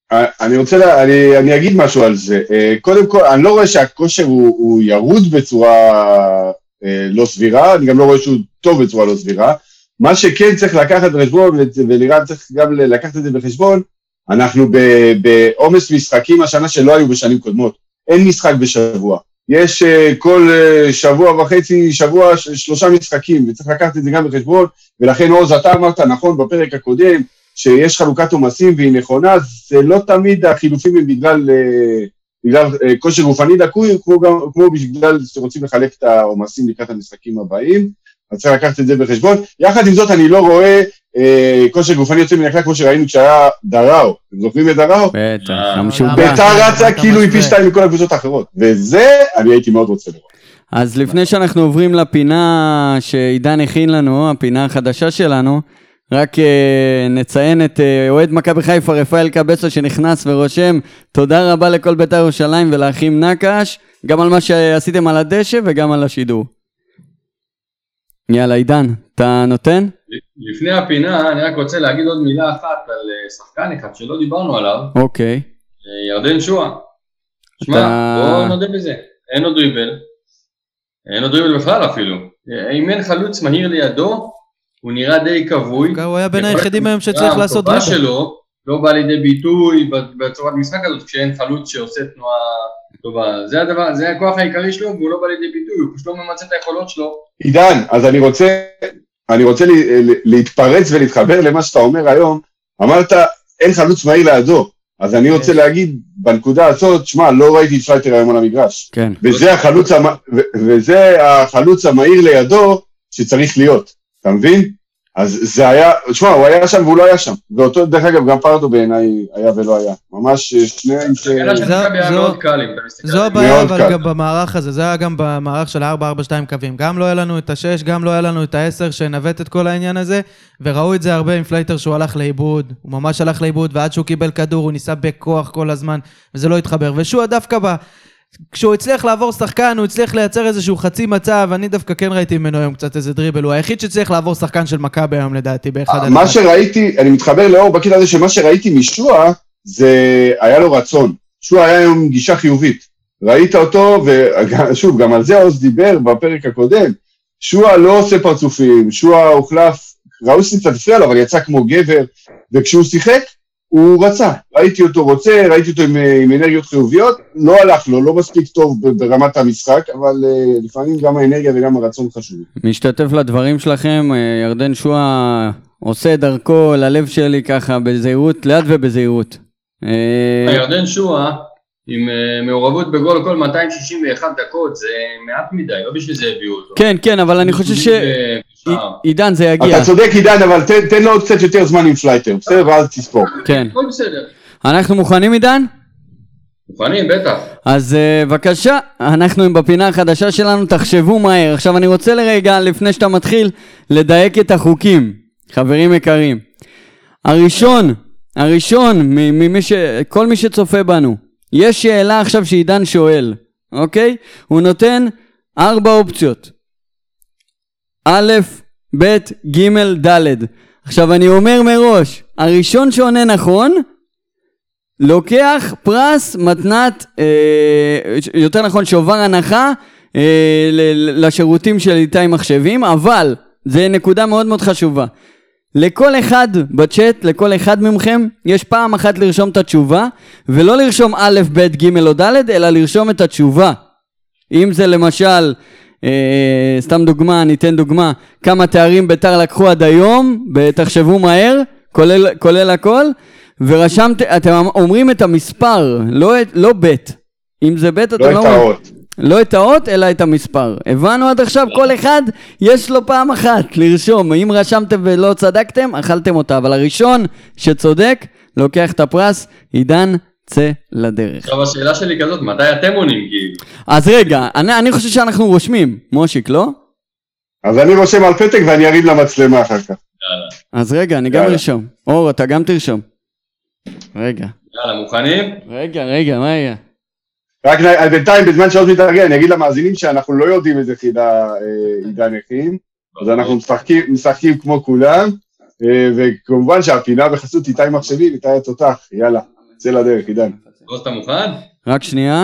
אני רוצה, לה, אני, אני אגיד משהו על זה. קודם כל, אני לא רואה שהכושר הוא, הוא ירוד בצורה לא סבירה, אני גם לא רואה שהוא טוב בצורה לא סבירה. מה שכן צריך לקחת בחשבון, ולירן צריך גם לקחת את זה בחשבון, אנחנו בעומס משחקים השנה שלא היו בשנים קודמות. אין משחק בשבוע. יש כל שבוע וחצי, שבוע, שלושה משחקים, וצריך לקחת את זה גם בחשבון, ולכן עוז, אתה אמרת נכון בפרק הקודם, שיש חלוקת עומסים והיא נכונה, זה לא תמיד החילופים הם בגלל, בגלל כושר גופני דקוי, כמו, גם, כמו בגלל שרוצים לחלק את העומסים לקראת המשחקים הבאים, אז צריך לקחת את זה בחשבון. יחד עם זאת, אני לא רואה אה, כושר גופני יוצא מן הכלל, כמו שראינו כשהיה דראו. אתם זוכרים את דראו? בטח, המשוגע. ביתר רצה כאילו היא פי שתיים מכל הקבוצות האחרות, וזה אני הייתי מאוד רוצה לראות. אז לפני שאנחנו עוברים לפינה שעידן הכין לנו, הפינה החדשה שלנו, רק uh, נציין את uh, אוהד מכבי חיפה רפאל קבסו שנכנס ורושם תודה רבה לכל בית"ר ירושלים ולאחים נקש, גם על מה שעשיתם על הדשא וגם על השידור. יאללה עידן, אתה נותן? לפני הפינה אני רק רוצה להגיד עוד מילה אחת על שחקן אחד שלא דיברנו עליו. אוקיי. ירדן שועה. שמע, אתה... בוא נודה בזה, אין עוד דריבל, אין עוד דריבל בכלל אפילו. אם אין חלוץ מהיר לידו, הוא נראה די כבוי. הוא היה בין היחידים היום שצריך לעשות דריבל. הטובה שלו לא בא לידי ביטוי בצורת המשחק הזאת, כשאין חלוץ שעושה תנועה טובה. זה הדבר, זה הכוח העיקרי שלו, והוא לא בא לידי ביטוי, הוא פשוט לא ממצא את היכולות שלו. עידן, אז אני רוצה, אני רוצה להתפרץ ולהתחבר למה שאתה אומר היום. אמרת, אין חלוץ מהיר לידו. אז אני רוצה להגיד, בנקודה הזאת, שמה, לא ראיתי את פלייטר היום על המגרש. כן. וזה החלוץ, וזה החלוץ המהיר לידו שצריך להיות. אתה מבין? אז זה היה, תשמע, הוא היה שם והוא לא היה שם. ואותו, דרך אגב, גם פרדו בעיניי היה ולא היה. ממש שניהם ש... זו הבעיה, אבל גם במערך הזה, זה היה גם במערך של ארבע ארבע שתיים קווים. גם לא היה לנו את השש, גם לא היה לנו את העשר שנווט את כל העניין הזה, וראו את זה הרבה עם פלייטר שהוא הלך לאיבוד, הוא ממש הלך לאיבוד, ועד שהוא קיבל כדור, הוא ניסה בכוח כל הזמן, וזה לא התחבר. ושוע דווקא ב... כשהוא הצליח לעבור שחקן, הוא הצליח לייצר איזשהו חצי מצב, אני דווקא כן ראיתי ממנו היום קצת איזה דריבל, הוא היחיד שצריך לעבור שחקן של מכבי היום לדעתי, באחד על מה אחד. שראיתי, אני מתחבר לאור בקטע הזה, שמה שראיתי משוע, זה היה לו רצון. שוע היה היום גישה חיובית. ראית אותו, ושוב, גם על זה עוז דיבר בפרק הקודם, שוע לא עושה פרצופים, שוע הוחלף, ראו שקצת הפריע לו, אבל יצא כמו גבר, וכשהוא שיחק, הוא רצה, ראיתי אותו רוצה, ראיתי אותו עם, עם אנרגיות חיוביות, לא הלך לו, לא מספיק טוב ברמת המשחק, אבל uh, לפעמים גם האנרגיה וגם הרצון חשוב. משתתף לדברים שלכם, ירדן שועה עושה דרכו ללב שלי ככה בזהירות, ליד ובזהירות. ירדן שועה, עם מעורבות בגול כל מאתיים שישים ואחת דקות, זה מעט מדי, לא בשביל זה הביאו אותו. כן, כן, אבל אני חושב ש... עידן זה יגיע. אתה צודק עידן, אבל תן, תן לו עוד קצת יותר זמן עם פלייטר, בסדר? ואז תספור. כן. הכל בסדר. אנחנו מוכנים עידן? מוכנים, בטח. אז בבקשה, אנחנו עם בפינה החדשה שלנו, תחשבו מהר. עכשיו אני רוצה לרגע, לפני שאתה מתחיל, לדייק את החוקים. חברים יקרים. הראשון, הראשון, ממי ש... כל מי שצופה בנו, יש שאלה עכשיו שעידן שואל, אוקיי? הוא נותן ארבע אופציות. א', ב', ג', ד'. עכשיו אני אומר מראש, הראשון שעונה נכון, לוקח פרס מתנת, אה, יותר נכון שובר הנחה, אה, לשירותים של איתי מחשבים, אבל זה נקודה מאוד מאוד חשובה. לכל אחד בצ'אט, לכל אחד ממכם, יש פעם אחת לרשום את התשובה, ולא לרשום א', ב', ג' או ד', אלא לרשום את התשובה. אם זה למשל, אה, סתם דוגמה, ניתן דוגמה, כמה תארים בית"ר לקחו עד היום, תחשבו מהר, כולל, כולל הכל, ורשמת, אתם אומרים את המספר, לא, לא ב'. אם זה ב', אתם לא את האות. לא את האות, אלא את המספר. הבנו עד עכשיו, כל אחד יש לו פעם אחת לרשום. אם רשמתם ולא צדקתם, אכלתם אותה. אבל הראשון שצודק, לוקח את הפרס, עידן צא לדרך. עכשיו השאלה שלי כזאת, מתי אתם עונים גיל? אז רגע, אני, אני חושב שאנחנו רושמים. מושיק, לא? אז אני רושם על פתק ואני אריד למצלמה אחר כך. יאללה. אז רגע, אני יאללה. גם רשום. אור, אתה גם תרשום. רגע. יאללה, מוכנים? רגע, רגע, מה יהיה? רק בינתיים, בזמן שעוד מתארגן, אני אגיד למאזינים שאנחנו לא יודעים איזה חידה עידן הכין, אז אנחנו משחקים, משחקים כמו כולם, וכמובן שהפינה בחסות איתי מחשבים, איתי התותח, יאללה. צא לדרך, עידן. עוז, אתה מוכן? רק שנייה.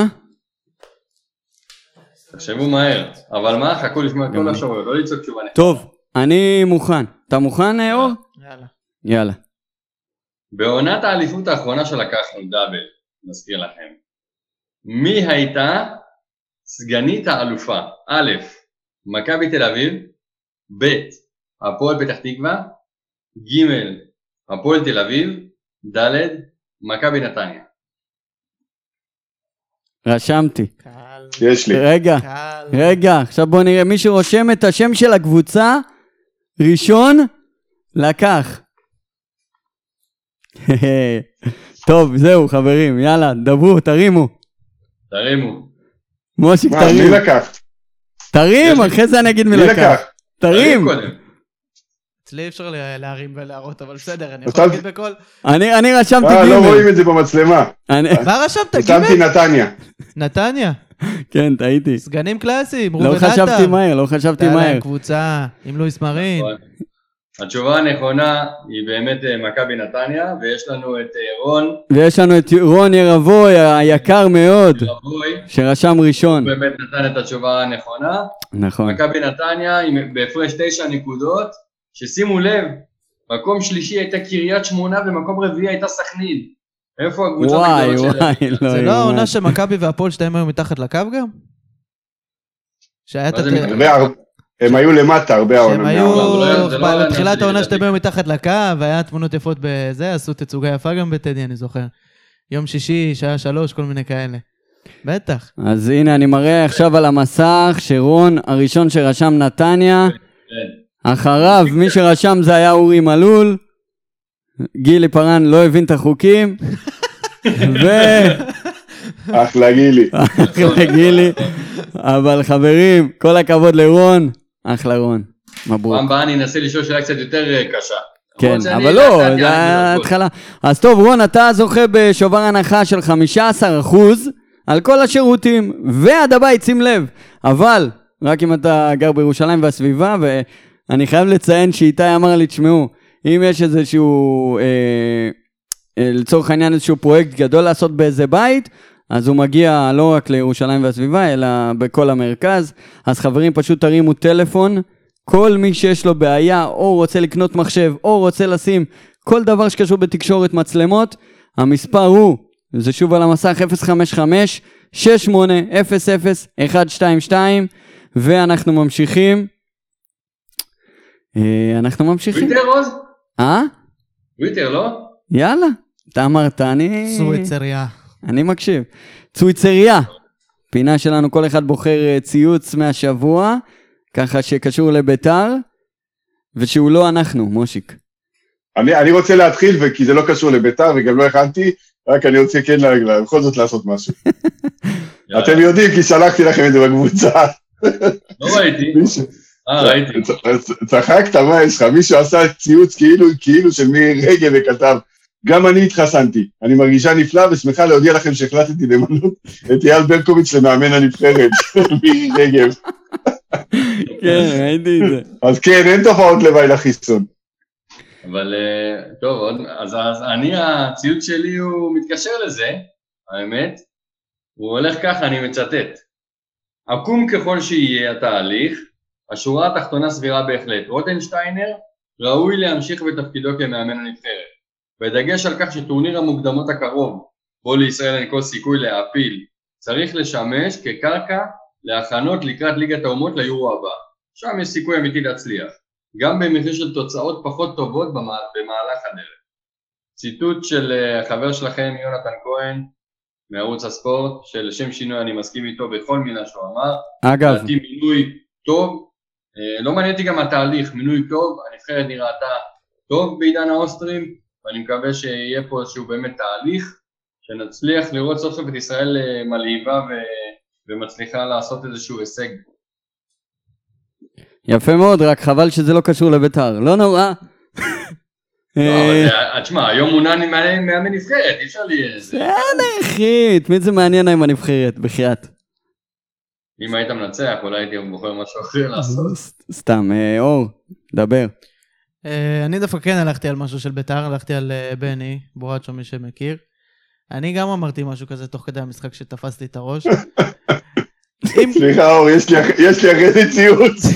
תחשבו מהר. אבל מה? חכו לשמוע כל השאלות, לא לצעוק תשובה. טוב, אני מוכן. אתה מוכן, אור? יאללה. יאללה. בעונת האליפות האחרונה שלקחנו דאבל, נזכיר לכם. מי הייתה סגנית האלופה? א', מכבי תל אביב, ב', הפועל פתח תקווה, ג', הפועל תל אביב, ד', מכבי נתניה. רשמתי. קל. יש לי. רגע, קל. רגע, עכשיו בוא נראה, מי שרושם את השם של הקבוצה, ראשון, לקח. טוב, זהו חברים, יאללה, דברו, תרימו. תרימו. מושיק, מה, תרים. מי לקח? תרים, אחרי זה אני אגיד מי מי לקח. לקח? תרים. קודם. אצלי אפשר לה- להרים ולהראות, אבל בסדר, אני אתה- יכול להגיד בכל... אני אני רשמתי אה, לא גימל. רואים את זה במצלמה. אני- מה רשמת? שמתי גימל? נתניה. נתניה. כן, טעיתי. סגנים קלאסיים, ראובן לא עטר. חשבתי מהר, לא חשבתי הייתה מהר. להם קבוצה עם לואיס מרין. התשובה הנכונה היא באמת אה, מכבי נתניה, ויש לנו את אה, רון ויש לנו את רון ירבוי, היקר מאוד, רבוי, שרשם ראשון. הוא באמת נתן את התשובה הנכונה. נכון. מכבי נתניה עם בהפרש תשע נקודות, ששימו לב, מקום שלישי הייתה קריית שמונה ומקום רביעי הייתה סכנין. איפה הקבוצות וואי, הגדולות וואי, שלהם? לא זה לא יאומן. העונה שמכבי והפועל שתיים היו מתחת לקו גם? שהיה את מה זה הת- מתחת? הרבה, הרבה- הם היו למטה הרבה שהם העונה. היו לא, זה לא העניין בתחילת שלי, העונה לדעתי. שאתם היו מתחת לקו, והיה תמונות יפות בזה, עשו תצוגה יפה גם בטדי, אני זוכר. יום שישי, שעה שלוש, כל מיני כאלה. בטח. אז הנה אני מראה עכשיו על המסך שרון הראשון שרשם נתניה, כן. אחריו מי שרשם זה היה אורי מלול, גילי פרן לא הבין את החוקים, אחלה גילי. ואחלה גילי, אבל חברים, כל הכבוד לרון, אחלה רון, מברוק. פעם הבאה אני אנסה לשאול שאלה קצת יותר אה, קשה. כן, למרות שאני אבל לא, נתתי זה על הכל. ההתחלה. אז טוב, רון, אתה זוכה בשובר הנחה של חמישה עשר אחוז על כל השירותים, ועד הבית, שים לב. אבל, רק אם אתה גר בירושלים והסביבה, ואני חייב לציין שאיתי אמר לי, תשמעו, אם יש איזשהו, אה, אה, לצורך העניין איזשהו פרויקט גדול לעשות באיזה בית, אז הוא מגיע לא רק לירושלים והסביבה, אלא בכל המרכז. אז חברים, פשוט תרימו טלפון, כל מי שיש לו בעיה, או רוצה לקנות מחשב, או רוצה לשים כל דבר שקשור בתקשורת מצלמות, המספר הוא, זה שוב על המסך, אפס חמש חמש שש שמונה אפס אפס אחת שתיים שתיים, ואנחנו ממשיכים. אה, אנחנו ממשיכים. טוויטר עוז? אה? טוויטר, לא? יאללה, אתה אמרת, אני... סוויצריה. אני מקשיב. צוויצריה, פינה שלנו, כל אחד בוחר אה, ציוץ מהשבוע, ככה שקשור לביתר, ושהוא לא אנחנו, מושיק. אני, אני רוצה להתחיל, וכי זה לא קשור לביתר, וגם לא הכנתי, רק אני רוצה כן לה, בכל זאת לעשות משהו. יאללה. אתם יודעים, כי שלחתי לכם את זה בקבוצה. לא ראיתי. מישהו- אה, ראיתי. צ- צחקת, מה יש לך? מישהו עשה ציוץ כאילו, כאילו של מירי רגב וכתב, גם אני התחסנתי. אני מרגישה נפלא ושמחה להודיע לכם שהחלטתי למנות את אייל ברקוביץ' למאמן הנבחרת של מירי רגב. כן, ראיתי את זה. אז כן, אין תופעות לוואי לחיסון. אבל אה, טוב, עוד- אז אז אני, הציוץ שלי הוא מתקשר לזה, האמת. הוא הולך ככה, אני מצטט. עקום ככל שיהיה התהליך, השורה התחתונה סבירה בהחלט. רוטנשטיינר ראוי להמשיך בתפקידו כמאמן הנבחרת. בדגש על כך שטורניר המוקדמות הקרוב, בו לישראל אין כל סיכוי להעפיל, צריך לשמש כקרקע להכנות לקראת ליגת האומות ליורו הבא. שם יש סיכוי אמיתי להצליח. גם במחיר של תוצאות פחות טובות במה- במהלך הדרך. ציטוט של אה, החבר שלכם יונתן כהן מערוץ הספורט, שלשם שינוי אני מסכים איתו בכל מילה שהוא אמר. אגב, לדעתי מינוי טוב, אה, לא מעניין אותי גם התהליך, מינוי טוב, הנבחרת נראתה טוב בעידן האוסטרים, ואני מקווה שיהיה פה איזשהו באמת תהליך, שנצליח לראות סוף סוף את ישראל אה, מלהיבה ו- ומצליחה לעשות איזשהו הישג. יפה מאוד, רק חבל שזה לא קשור לביתר. לא נורא. לא, אבל אה, זה- תשמע, היום מונה אני מאמן מאמן נבחרת, אי אפשר לי... זה- בסדר, אחי, את מי זה מעניין עם הנבחרת, בחייאת. אם היית מנצח, אולי הייתי בוחר משהו אחר לעשות. ס- סתם, אה, אור, דבר. אה, אני דווקא כן הלכתי על משהו של ביתר, הלכתי על אה, בני, בורצ'ו מי שמכיר. אני גם אמרתי משהו כזה תוך כדי המשחק שתפסתי את הראש. סליחה אור, יש לי אחרי זה ציוץ.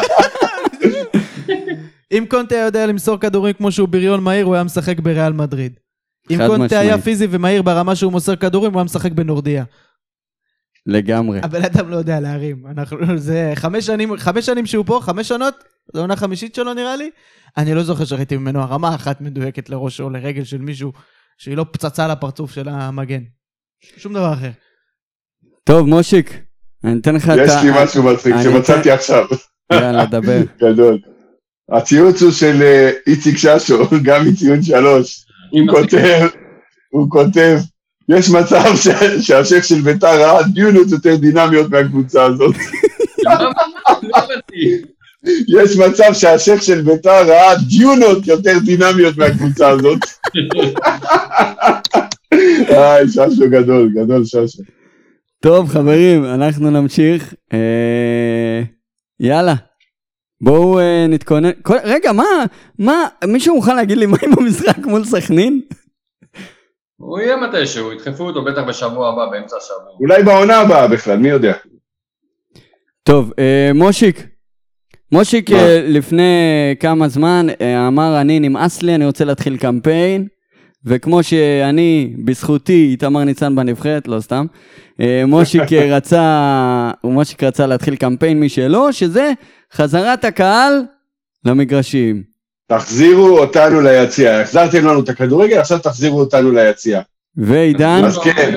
אם קונטה יודע למסור כדורים כמו שהוא בריון מהיר, הוא היה משחק בריאל מדריד. אם קונטה היה פיזי ומהיר ברמה שהוא מוסר כדורים, הוא היה משחק בנורדיה. לגמרי. אבל אדם לא יודע להרים. אנחנו, זה חמש שנים, חמש שנים שהוא פה, חמש שנות, זו עונה חמישית שלו נראה לי. אני לא זוכר שראיתי ממנו הרמה אחת מדויקת לראש או לרגל של מישהו, שהיא לא פצצה לפרצוף של המגן. שום דבר אחר. טוב, מושיק, אני אתן לך את ה... יש לי משהו מצחיק שמצאתי עכשיו. יאללה, דבר. גדול. הציוץ הוא של איציק ששו, גם מציון שלוש. הוא כותב, הוא כותב, יש מצב שהשק של ביתר ראה דיונות יותר דינמיות מהקבוצה הזאת. יש מצב שהשק של ביתר ראה דיונות יותר דינמיות מהקבוצה הזאת. איי, ששו גדול, גדול ששו. טוב, חברים, אנחנו נמשיך. יאללה. בואו נתכונן. רגע, מה, מה, מישהו מוכן להגיד לי מה עם המשחק מול סכנין? הוא יהיה מתישהו, ידחפו אותו בטח בשבוע הבא, באמצע השבוע. אולי בעונה הבאה בכלל, מי יודע? טוב, מושיק. מושיק לפני כמה זמן אמר, אני נמאס לי, אני רוצה להתחיל קמפיין, וכמו שאני, בזכותי, איתמר ניצן בנבחרת, לא סתם, מושיק רצה, מושיק רצה להתחיל קמפיין משלו, שזה חזרת הקהל למגרשים. תחזירו אותנו ליציאה. החזרתם לנו את הכדורגל, עכשיו תחזירו אותנו ליציאה. ועידן? אז כן.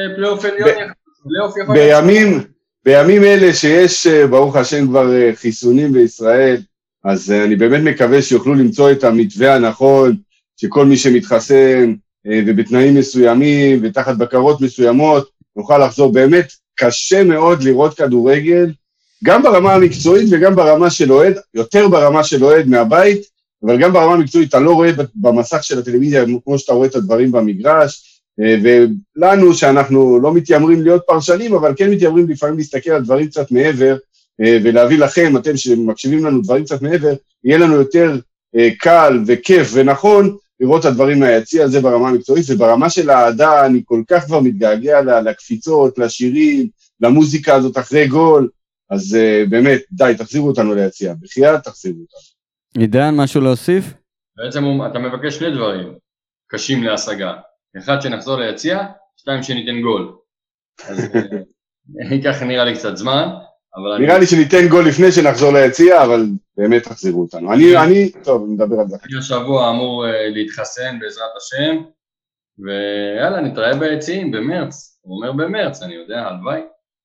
בימים, בימים אלה שיש, ברוך השם, כבר חיסונים בישראל, אז אני באמת מקווה שיוכלו למצוא את המתווה הנכון, שכל מי שמתחסן ובתנאים מסוימים ותחת בקרות מסוימות, נוכל לחזור. באמת קשה מאוד לראות כדורגל, גם ברמה המקצועית וגם ברמה של אוהד, יותר ברמה של אוהד מהבית, אבל גם ברמה המקצועית אתה לא רואה במסך של הטלוויזיה כמו שאתה רואה את הדברים במגרש, ולנו שאנחנו לא מתיימרים להיות פרשנים, אבל כן מתיימרים לפעמים להסתכל על דברים קצת מעבר, ולהביא לכם, אתם שמקשיבים לנו דברים קצת מעבר, יהיה לנו יותר קל וכיף ונכון לראות את הדברים מהיציע הזה ברמה המקצועית, וברמה של העדה אני כל כך כבר מתגעגע לקפיצות, לשירים, למוזיקה הזאת אחרי גול, אז uh, באמת, די, תחזירו אותנו ליציאה, בחייאת תחזירו אותנו. עידן, משהו להוסיף? בעצם אתה מבקש שני דברים קשים להשגה. אחד, שנחזור ליציאה, שתיים, שניתן גול. אז ככה נראה לי קצת זמן. אבל נראה אני... לי שניתן גול לפני שנחזור ליציאה, אבל באמת תחזירו אותנו. אני, אני, טוב, נדבר על זה. אני השבוע אמור uh, להתחסן בעזרת השם, ויאללה, נתראה ביציעים במרץ. הוא אומר במרץ, אני יודע, הלוואי.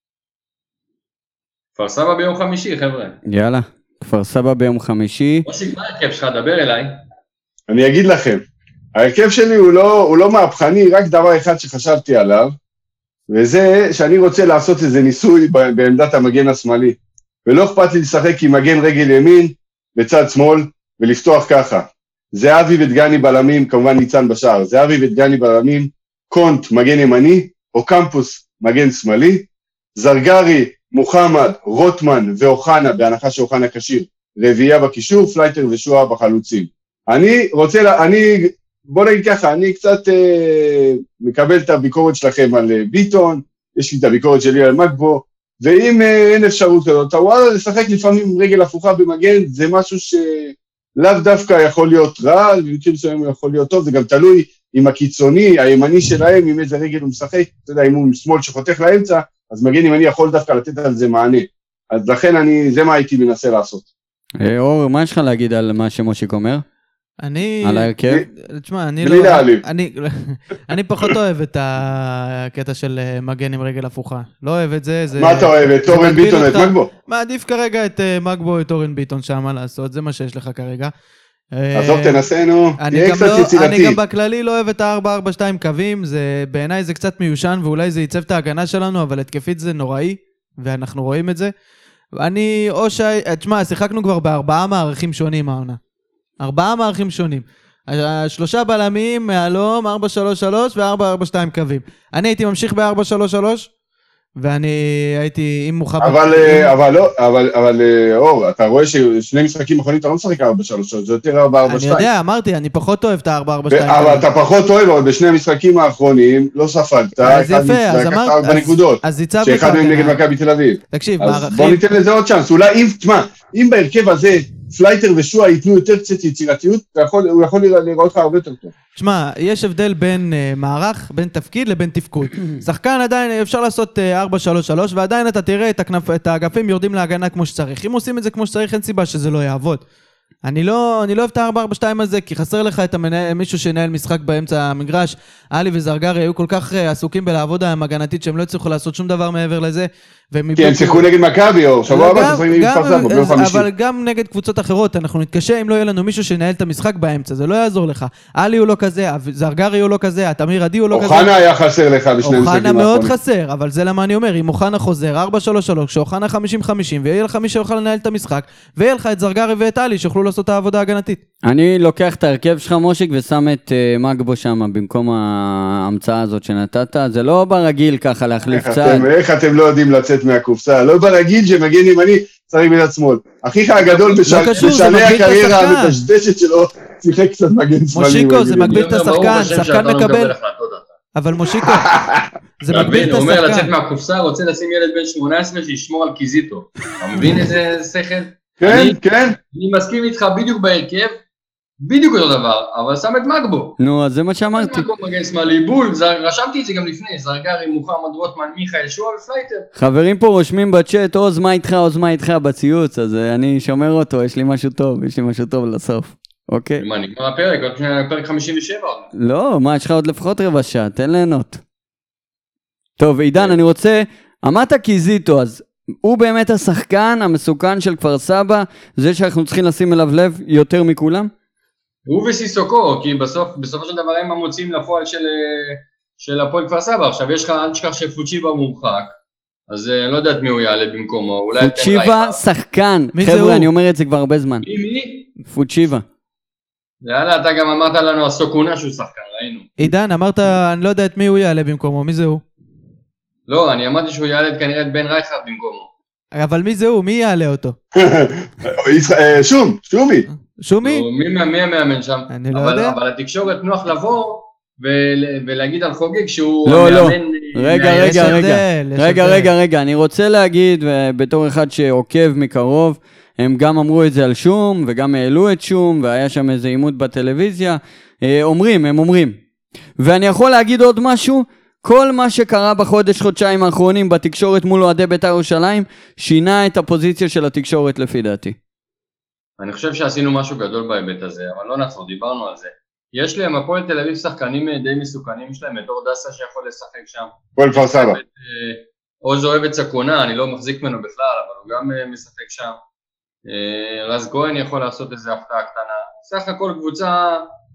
כפר סבא ביום חמישי, חבר'ה. יאללה, כפר סבא ביום חמישי. מושיק, מה ההרכב שלך? דבר אליי. אני אגיד לכם, ההרכב שלי הוא לא, הוא לא מהפכני, רק דבר אחד שחשבתי עליו, וזה שאני רוצה לעשות איזה ניסוי בעמדת המגן השמאלי, ולא אכפת לי לשחק עם מגן רגל ימין בצד שמאל, ולפתוח ככה. זהבי ודגני בלמים, כמובן ניצן בשער, זהבי ודגני בלמים, קונט מגן ימני, או קמפוס מגן שמאלי, זרגרי, מוחמד, רוטמן ואוחנה, בהנחה שאוחנה קשיר, רביעייה בקישור, פלייטר ושועה בחלוצים. אני רוצה, אני, בוא נגיד ככה, אני קצת אה, מקבל את הביקורת שלכם על אה, ביטון, יש לי את הביקורת שלי על מגבו, ואם אה, אין אפשרות כזאת, וואלה, לשחק לפעמים רגל הפוכה במגן, זה משהו שלאו דווקא יכול להיות רע, במקרים מסוימים הוא יכול להיות טוב, זה גם תלוי עם הקיצוני, הימני שלהם, עם איזה רגל הוא משחק, אתה יודע, אם הוא שמאל שחותך לאמצע, אז מגן אם אני יכול דווקא לתת על זה מענה. אז לכן אני, זה מה הייתי מנסה לעשות. אור, מה יש לך להגיד על מה שמושיק אומר? אני... על ההרכב? תשמע, אני בלי לא... להעליב. אני, אני פחות אוהב את הקטע של מגן עם רגל הפוכה. לא אוהב את זה, זה... מה אתה אוהב? את אורן ביטון או את מגבו? מעדיף כרגע את מגבו, את אורן ביטון שם, מה לעשות, זה מה שיש לך כרגע. עזוב, תנסנו, תהיה קצת לא, יצירתי. אני גם בכללי לא אוהב את ה-ארבע ארבע שתיים קווים, זה, בעיניי זה קצת מיושן, ואולי זה ייצב את ההגנה שלנו, אבל התקפית זה נוראי, ואנחנו רואים את זה. אני, או ש... תשמע, שיחקנו כבר בארבעה מערכים שונים העונה. ארבעה מערכים שונים. שלושה בלמים, מהלום, ארבע שלוש שלוש ו-ארבע ארבע שתיים קווים. אני הייתי ממשיך ב-ארבע שלוש שלוש, ואני הייתי עם מוחמד... אבל, אבל לא, אבל, אבל, אור, אתה רואה ששני משחקים אחרונים אתה לא משחק ארבע שלוש, זה יותר ארבע ארבע שתיים. אני יודע, אמרתי, אני פחות אוהב את ה-ארבע ארבע שתיים. אבל אתה פחות אוהב, אבל בשני המשחקים האחרונים לא ספגת, אז יפה, אז אמרת... ארבע נקודות, שאחד מהם נגד מכבי תל אביב. תקשיב, אז בוא ניתן לזה עוד צ'אנס, אולי אם, תשמע, אם בהרכב הזה פלייטר ושועה ייתנו יותר קצת יצירתיות, הוא יכול לראות לך הרבה יותר טוב. שמע, יש הבדל בין uh, מערך, בין תפקיד לבין תפקוד. שחקן עדיין אפשר לעשות uh, ארבע שלוש שלוש, ועדיין אתה תראה את, הכנף, את האגפים יורדים להגנה כמו שצריך. אם עושים את זה כמו שצריך, אין סיבה שזה לא יעבוד. אני לא, אני לא אוהב את ה-ארבע ארבע שתיים הזה, כי חסר לך את המנהל, מישהו שינהל משחק באמצע המגרש. אלי וזרגרי היו כל כך עסוקים בלעבוד ההגנתית שהם לא הצליחו לעשות שום דבר מעבר לזה. כי הם שיחקו נגד מכבי, או שבוע הבא תשחקים נגד כפר סבא, ביום חמישי. אבל גם נגד קבוצות אחרות, אנחנו נתקשה אם לא יהיה לנו מישהו שינהל את המשחק באמצע, זה לא יעזור לך. אלי הוא לא כזה, זרגרי הוא לא כזה, תמיר עדי הוא לא כזה. אוחנה היה חסר לך בשני משחקים האחרונים. אוחנה מאוד חסר, אבל זה למה אני אומר, אם אוחנה חוזר ארבע שלוש שלוש, שאוחנה חמישים חמישים, ויהיה לך מי שיוכל לנהל את המשחק, ויהיה לך את זרגרי ואת אלי שיוכלו לעשות את העבודה ההגנתית. אני לוקח את ההרכב שלך מושיק ושם את uh, מגבו שם במקום ההמצאה הזאת שנתת, זה לא ברגיל ככה להחליף צד. איך אתם לא יודעים לצאת מהקופסה? לא ברגיל שמגן ימני צריך בצד שמאל. אחיך הגדול בשלהי הקריירה המתשדשת שלו שיחק קצת מגן שמאלי. מושיקו, זה מגביל את השחקן, שחקן מקבל... אבל מושיקו, זה מגביל את השחקן. הוא אומר לצאת מהקופסה, רוצה לשים ילד בן שמונה עשרה שישמור על קיזיטו. אתה מבין איזה שכל? כן, כן. אני מסכים איתך בדיוק בהרכב, בדיוק אותו דבר, אבל שם את מגבו. נו, אז זה מה שאמרתי. מגבו מגן שמאלי, בול, רשמתי את זה גם לפני, זרגרי, מוחמד רוטמן, מיכאל, שועה ופלייטר. חברים פה רושמים בצ'אט, עוז מה איתך, עוז מה איתך בציוץ, אז אני שומר אותו, יש לי משהו טוב, יש לי משהו טוב לסוף. אוקיי. מה, נגמר הפרק, עוד פרק חמישים ושבע. לא, מה, יש לך עוד לפחות רבע שעה, תן ליהנות. טוב, עידן, אני רוצה, אמרת קיזיטו, אז הוא באמת השחקן המסוכן של כפר סבא, זה שאנחנו צריכים לשים אליו לב יותר מכולם? הוא וסיסוקו, כי בסוף, בסופו של דבר הם המוצאים לפועל של, של הפועל כפר סבא. עכשיו יש לך, אל תשכח שפוצ'יבה מורחק, אז אני לא יודעת מי הוא יעלה במקומו. פוצ'יבה שחקן, חבר'ה, אני אומר את זה כבר הרבה זמן. מי מי? פוצ'יבה. יאללה, אתה גם אמרת לנו הסוקונה שהוא שחקן, ראינו. עידן, אמרת, אני לא יודע את מי הוא יעלה במקומו, מי זה הוא? לא, אני אמרתי שהוא יעלה כנראה את בן רייכרד במקומו. אבל מי זה הוא? מי יעלה אותו? שום, שומי. שומי? מי המאמן שם? אני לא יודע. אבל התקשורת נוח לבוא ולהגיד על חוגג שהוא לא, המאמן... לא, רגע, רגע, רגע. רגע, רגע, רגע. אני רוצה להגיד, בתור אחד שעוקב מקרוב, הם גם אמרו את זה על שום, וגם העלו את שום, והיה שם איזה עימות בטלוויזיה. אומרים, הם אומרים. ואני יכול להגיד עוד משהו, כל מה שקרה בחודש, חודשיים האחרונים בתקשורת מול אוהדי בית"ר ירושלים, שינה את הפוזיציה של התקשורת לפי דעתי. אני חושב שעשינו משהו גדול בהיבט הזה, אבל לא נעצור, דיברנו על זה. יש להם הפועל תל אביב שחקנים די מסוכנים, יש להם את אור דסה שיכול לשחק שם. הפועל כפר סבא. עוז אוהב את סקונה, אני לא מחזיק ממנו בכלל, אבל הוא גם משחק שם. רז כהן יכול לעשות איזו הפתעה קטנה. סך הכל קבוצה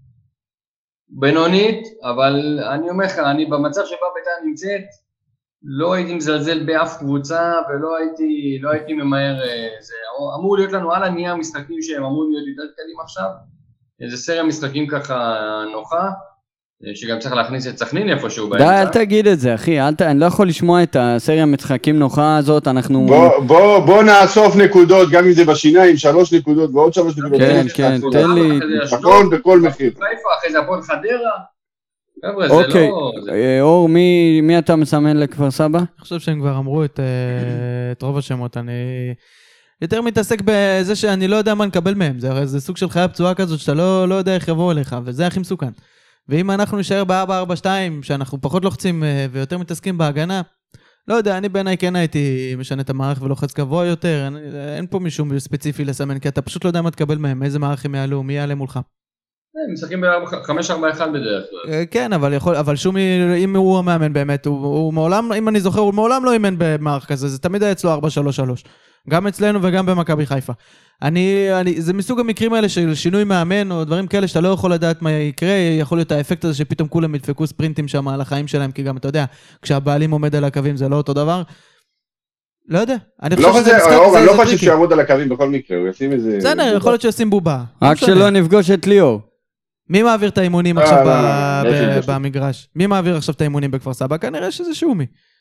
בינונית, אבל אני אומר לך, אני במצב שבה בית"ר נמצאת, לא הייתי מזלזל באף קבוצה, ולא הייתי, לא הייתי ממהר, זה אמור להיות לנו על הנייר משחקים שהם אמורים להיות יותר קלים עכשיו, איזה סריה משחקים ככה נוחה, שגם צריך להכניס את סכנין איפשהו באמצע. די, אל תגיד את זה, אחי, אל ת... אני לא יכול לשמוע את הסריה משחקים נוחה הזאת, אנחנו... בוא, בוא, בוא נאסוף נקודות, גם אם זה בשיניים, שלוש נקודות ועוד שלוש נקודות. כן, כן, תן לי... נכון, בכל מחיר. אחרי זה הפועל חדרה. חבר'ה, זה אוקיי, לא... אור, מי, מי אתה מסמן לכפר סבא? אני חושב שהם כבר אמרו את, את רוב השמות, אני יותר מתעסק בזה שאני לא יודע מה נקבל מהם, זה, זה סוג של חיה פצועה כזאת שאתה לא, לא יודע איך יבואו אליך, וזה הכי מסוכן. ואם אנחנו נשאר ב-ארבע ארבע שתיים, שאנחנו פחות לוחצים ויותר מתעסקים בהגנה, לא יודע, אני בעיניי כן הייתי משנה את המערך ולוחץ גבוה יותר, אני, אין פה מישהו ספציפי לסמן, כי אתה פשוט לא יודע מה תקבל מהם, איזה מערך הם יעלו, מי יעלה מולך. הם משחקים ב-חמש ארבע אחת בדרך כלל. כן, אבל יכול, אבל שומי, אם הוא המאמן באמת, הוא, הוא מעולם, אם אני זוכר, הוא מעולם לא אימן במערך כזה, זה תמיד היה אצלו ארבע שלוש שלוש. גם אצלנו וגם במכבי חיפה. אני, אני, זה מסוג המקרים האלה של שינוי מאמן או דברים כאלה שאתה לא יכול לדעת מה יקרה, יכול להיות האפקט הזה שפתאום כולם ידפקו ספרינטים שם על החיים שלהם, כי גם אתה יודע, כשהבעלים עומד על הקווים זה לא אותו דבר. לא יודע. אני חושב שזה משחק, זה אני לא חושב שיעמוד על הקווים בכל מקרה, הוא ישים איזה... בסדר, יכול להיות שישים בובה. רק שלא נפגוש את ליאור. מי מעביר את האימונים עכשיו במגרש? מי מעביר עכשיו את האימונים בכפר סבא? כנראה שזה שומי.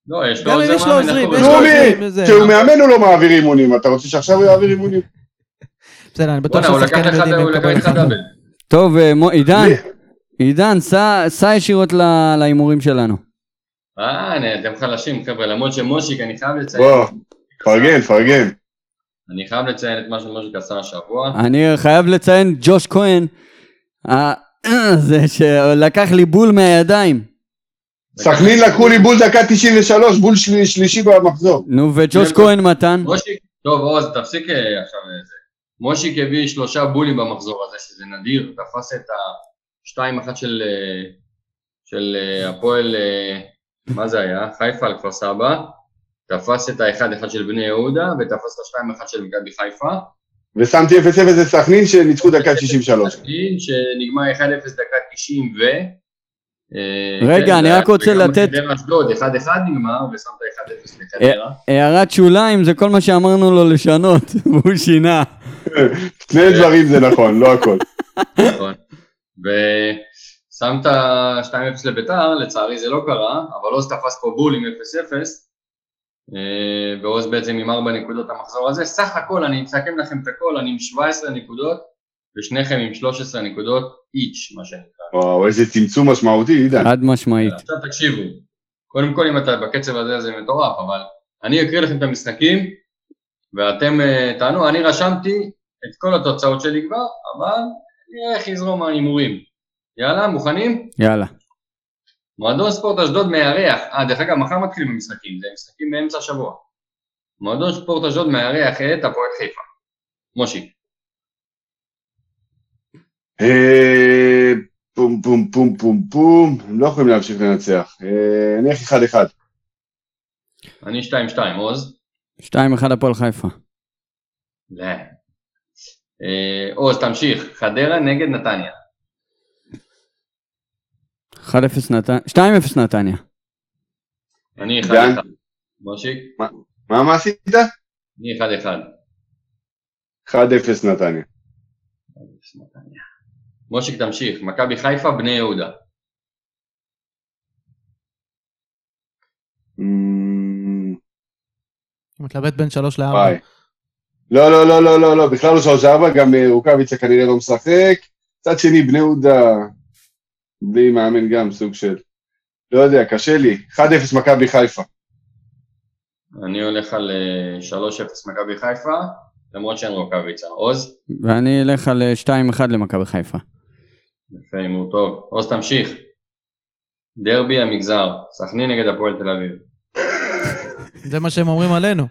לא, יש לו גם אם עוזר יש לו מאמן, עוזרים, אנחנו יש לו נו עוזרים, מי? וזה. כשהוא מאמן הוא לא מעביר אימונים, אתה רוצה שעכשיו הוא יעביר אימונים? בסדר, אני בטוח בוא'נה, הוא לקח שהשחקנים לך יודעים הוא לקח לקבל לך החלטות. דאבל. טוב, אה, מו- עידן, עידן, סע סע ישירות ל- להימורים שלנו. אה, הנה, אתם חלשים, חבר'ה, למרות שמושיק, אני חייב לציין... בוא, פרגן, פרגן. אני חייב לציין את מה שמושיק עשה השבוע. אני חייב לציין, ג'וש כהן, ה- זה שלקח לי בול מהידיים. סכנין לקחו לי בול דקה תשעים ושלוש, בול של- שלישי במחזור. נו, וג'וש כהן מתן. מושיק, טוב, עוז, תפסיק אה, עכשיו את זה. מושיק הביא שלושה בולים במחזור הזה, שזה נדיר, תפס את ה-שתיים אחת של, אה, של אה, הפועל, אה, מה זה היה? חיפה על כפר סבא, תפס את ה-אחד אחד של בני יהודה, ותפס את ה-שתיים אחת של מכבי חיפה. ושמתי אפס אפס לסכנין שניצחו דקה תשעים ושלוש. סכנין, שנגמר אחד אפס דקה תשעים ו... אה, רגע, כן, אני זה רק רוצה וגם לתת- חדרה אשדוד, אחד אחד נגמר, ושמת אחד אפס לחדרה. הערת שוליים זה כל מה שאמרנו לו לשנות, והוא שינה. שני דברים זה נכון, לא הכל. נכון. ושמת שתיים אפס לביתר, לצערי זה לא קרה, אבל עוז תפס פה בול עם אפס אפס, אה, ועוז בעצם עם ארבע נקודות המחזור הזה. סך הכל, אני אסכם לכם את הכל, אני עם שבע עשרה נקודות, ושניכם עם שלוש עשרה נקודות איץ', מה שנקרא. וואו, איזה צמצום משמעותי, עידן. חד משמעית. עכשיו תקשיבו, קודם כל אם אתה בקצב הזה זה מטורף, אבל אני אקריא לכם את המשחקים, ואתם uh, תענו, אני רשמתי את כל התוצאות שלי כבר, אבל נראה איך יזרום ההימורים. יאללה, מוכנים? יאללה. מועדון ספורט אשדוד מארח, אה דרך אגב מחר מתחילים המשחקים, זה משחקים באמצע השבוע. מועדון ספורט אשדוד מארח את הפועל חיפה. מושיק. אה, פום פום פום פום פום, הם לא יכולים להמשיך לנצח. אה, אני איך אחד אחד. אני שתיים שתיים, עוז. שתיים אחד הפועל חיפה. לא. אה, עוז, תמשיך. חדרה נגד נתניה. אחד אפס נתניה. שתיים אפס נתניה. אני אחד דן? אחד. מושיק? מה מה עשית? אני אחד אחד. אחד אפס נתניה. מושיק תמשיך, מכבי חיפה, בני יהודה. אמ, מתלבט בין שלוש לארבע. וואי. לא, לא, לא, לא, לא, לא, בכלל לא שלוש ארבע, גם אה, רוקאביצה כנראה לא משחק. צד שני, בני יהודה, בלי מאמן גם, סוג של... לא יודע, קשה לי. אחד אפס מכבי חיפה. אני הולך על אה, שלוש אפס מכבי חיפה, למרות שאין רוקאביצה. עוז? ואני אלך על שתיים אחד למכבי חיפה. יפה, הימור טוב. עוז תמשיך. דרבי המגזר, סכנין נגד הפועל תל אביב. זה מה שהם אומרים עלינו.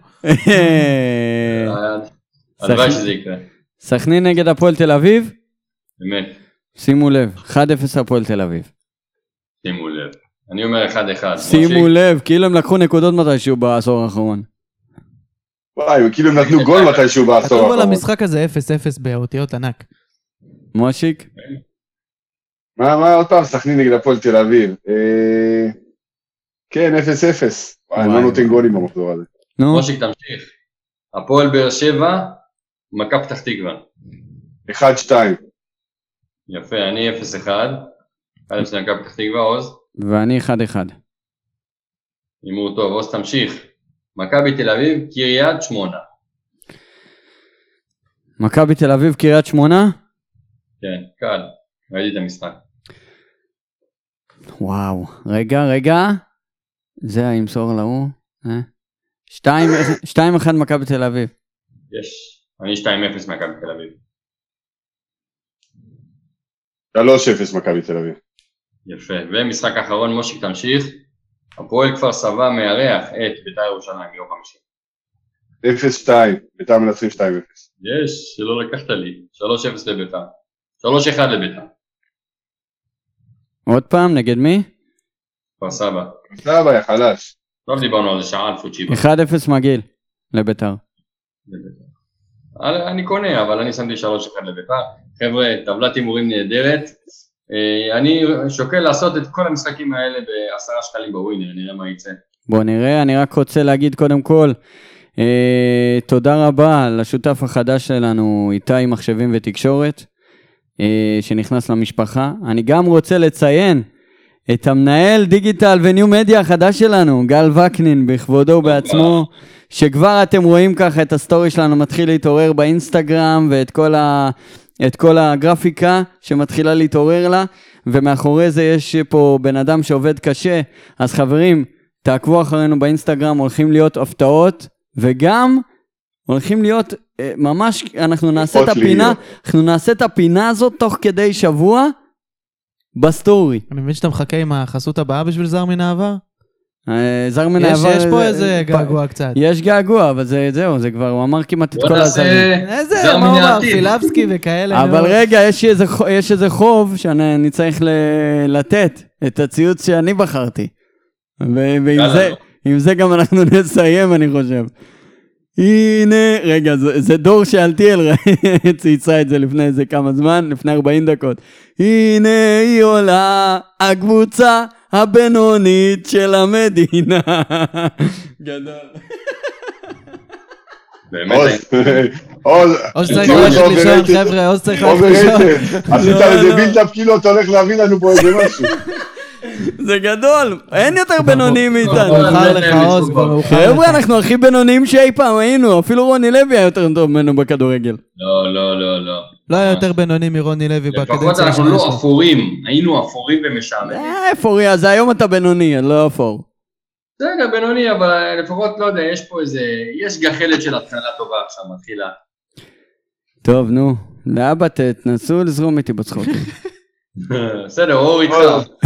הלוואי שזה יקרה, סכנין נגד הפועל תל אביב. באמת, שימו לב, אחד אפס הפועל תל אביב. שימו לב. אני אומר אחד אחד. שימו לב, כאילו הם לקחו נקודות מתישהו בעשור האחרון. וואי, כאילו הם נתנו גול מתישהו בעשור כתוב על האחרון. המשחק הזה אפס אפס באותיות ענק. מושיק? מה, מה עוד פעם? סכנין נגד הפועל תל אביב. אה, כן, אפס אפס. וואי, אני לא נותן גולים במחזור הזה. נו, מושיק תמשיך. הפועל באר שבע, מכבי פתח תקווה. אחד שתיים. יפה, אני אפס אחד. אחד אפס מכבי פתח תקווה, עוז. ואני אחד אחד. הימור טוב, עוז תמשיך. מכבי תל אביב, קריית שמונה. מכבי תל אביב, קריית שמונה? כן, קל. ראיתי את המשחק. וואו, רגע, רגע. זה הימסור להוא. אה? שתיים, שתיים אחד מכבי תל אביב. יש. אני שתיים אפס מכבי תל אביב. שלוש אפס מכבי תל אביב. יפה. ומשחק אחרון, מושיק תמשיך. הפועל כפר סבא מארח את בית"ר ירושלים ביום חמישי. אפס שתיים. בית"ר מנצחים שתיים אפס. יש, שלא לקחת לי. שלוש אפס לבית"ר. שלוש אחד לבית"ר. עוד פעם, נגד מי? כפר סבא. סבא, יא חלש. טוב דיברנו על זה שעה על פוצ'יבה. אחד אפס מגעיל לביתר. אני קונה, אבל אני שמתי שלוש אחד לבית"ר. חבר'ה, טבלת הימורים נהדרת. אני שוקל לעשות את כל המשחקים האלה בעשרה שקלים בווינר, נראה מה יצא. בוא נראה, אני רק רוצה להגיד קודם כל, אה, תודה רבה לשותף החדש שלנו, איתי מחשבים ותקשורת, אה, שנכנס למשפחה. אני גם רוצה לציין את המנהל דיגיטל וניו מדיה החדש שלנו, גל וקנין, בכבודו ובעצמו, שכבר אתם רואים ככה את הסטורי שלנו מתחיל להתעורר באינסטגרם, ואת כל, ה... את כל הגרפיקה שמתחילה להתעורר לה, ומאחורי זה יש פה בן אדם שעובד קשה, אז חברים, תעקבו אחרינו באינסטגרם, הולכים להיות הפתעות, וגם הולכים להיות, ממש, אנחנו נעשה את הפינה, אנחנו נעשה את הפינה הזאת תוך כדי שבוע, בסטורי. אני מבין שאתה מחכה עם החסות הבאה בשביל זר מן העבר? זר מן העבר... יש פה איזה געגוע קצת. יש געגוע, אבל זהו, זה כבר, הוא אמר כמעט את כל הזרים. איזה, מה הוא אמר? פילבסקי וכאלה. אבל רגע, יש איזה חוב שאני צריך לתת, את הציוץ שאני בחרתי. ועם זה גם אנחנו נסיים, אני חושב. הנה, רגע, זה דור שאלתיאל צייצה את זה לפני איזה כמה זמן, לפני ארבעים דקות. הנה היא עולה, הקבוצה הבינונית של המדינה. גדול. באמת. עוז צריך ללכת לישון, חבר'ה, עוז צריך ללכת לישון. עשית איזה בילדאפ כאילו אתה הולך להביא לנו פה איזה משהו. זה גדול, אין יותר בינוניים מאיתנו. מאוחר לך עוז, כבר מאוחר לך. חבר'ה, אנחנו הכי בינוניים שאי פעם היינו, אפילו רוני לוי היה יותר טוב ממנו בכדורגל. לא, לא, לא, לא. לא היה יותר בינוני מרוני לוי בקדנציה. לפחות אנחנו לא אפורים, היינו אפורים ומשעממים. אה, אפורי, אז היום אתה בינוני, אני לא אפור. בסדר, בינוני, אבל לפחות לא יודע, יש פה איזה, יש גחלת של התחלה טובה עכשיו, מתחילה. טוב, נו, לאבא תנסו לזרום איתי בצחוקים. בסדר, אור איתך.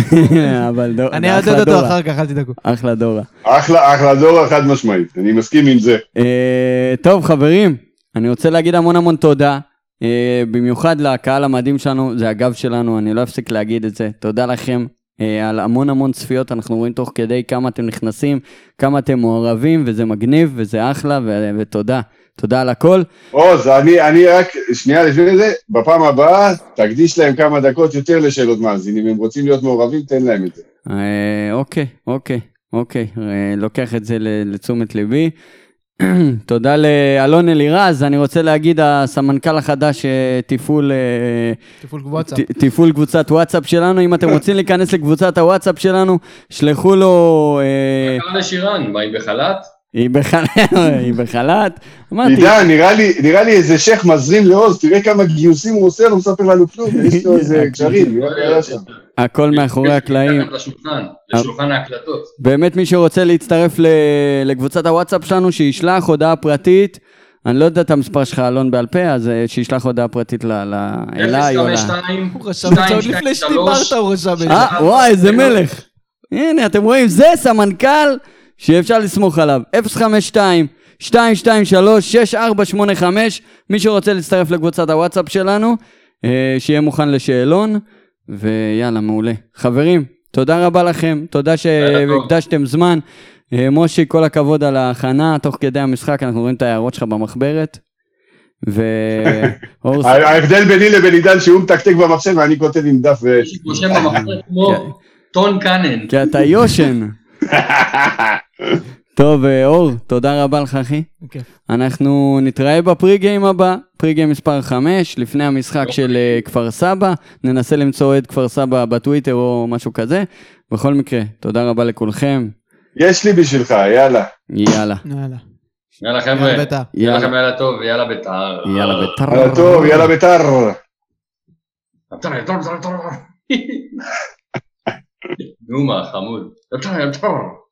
אבל דור, אני אעדד אותו אחר כך, אל תדאגו. אחלה דורה. אחלה, אחלה דורה חד משמעית, אני מסכים עם זה. טוב, חברים, אני רוצה להגיד המון המון תודה, במיוחד לקהל המדהים שלנו, זה הגב שלנו, אני לא אפסיק להגיד את זה. תודה לכם על המון המון צפיות, אנחנו רואים תוך כדי כמה אתם נכנסים, כמה אתם מעורבים, וזה מגניב, וזה אחלה, ותודה. תודה על הכל. עוז, אני, אני רק, שנייה לפני זה, בפעם הבאה, תקדיש להם כמה דקות יותר לשאלות מאזינים, אם הם רוצים להיות מעורבים, תן להם את זה. אוקיי, אוקיי, אוקיי, לוקח את זה לתשומת ליבי. תודה לאלון אלירז, אני רוצה להגיד, הסמנכ"ל החדש, תפעול, תפעול וואטסאפ. תפעול קבוצת וואטסאפ שלנו, אם אתם רוצים להיכנס לקבוצת הוואטסאפ שלנו, שלחו לו... מה קרה לשירן? מה, היא בחל"ת? היא בחל"ת, היא בחל"ת. עידן, נראה לי איזה שייך מזרים לעוז, תראה כמה גיוסים הוא עושה, לא מספר לנו כלום, יש לו איזה קשרים. הכל מאחורי הקלעים. לשולחן ההקלטות. באמת מי שרוצה להצטרף לקבוצת הוואטסאפ שלנו, שישלח הודעה פרטית, אני לא יודע את המספר שלך אלון בעל פה, אז שישלח הודעה פרטית אליי. אפס חמש שתיים הוא רשם את זה עוד לפני שדיברת, הוא רשם את זה. אה, וואי, איזה מלך. הנה, אתם רואים, זה סמנכ"ל שאפשר לסמוך עליו. אפס חמש שתיים שתיים שתיים שלוש שש ארבע שמונה חמש, מי שרוצה להצטרף לקבוצת הוואטסאפ שלנו, שיהיה מוכן לשאלון, ויאללה, מעולה. חברים, תודה רבה לכם, תודה שהקדשתם זמן. מושי, כל הכבוד על ההכנה, תוך כדי המשחק, אנחנו רואים את ההערות שלך במחברת. ההבדל ביני לבין עידן שהוא מתקתק במחשב, ואני כותב עם דף ו... יש חושב במחברת כמו טון קאנן. כי אתה יושן. טוב, אור, תודה רבה לך, אחי. אנחנו נתראה בפריגיים הבא, פריגיים מספר חמש, לפני המשחק של כפר סבא, ננסה למצוא את כפר סבא בטוויטר או משהו כזה. בכל מקרה, תודה רבה לכולכם. יש לי בשבילך, יאללה. יאללה. יאללה. יאללה חבר'ה, יאללה לכם יאללה טוב, יאללה ביתר. יאללה ביתר. יאללה טוב, יאללה ביתר. נו מה, חמוד.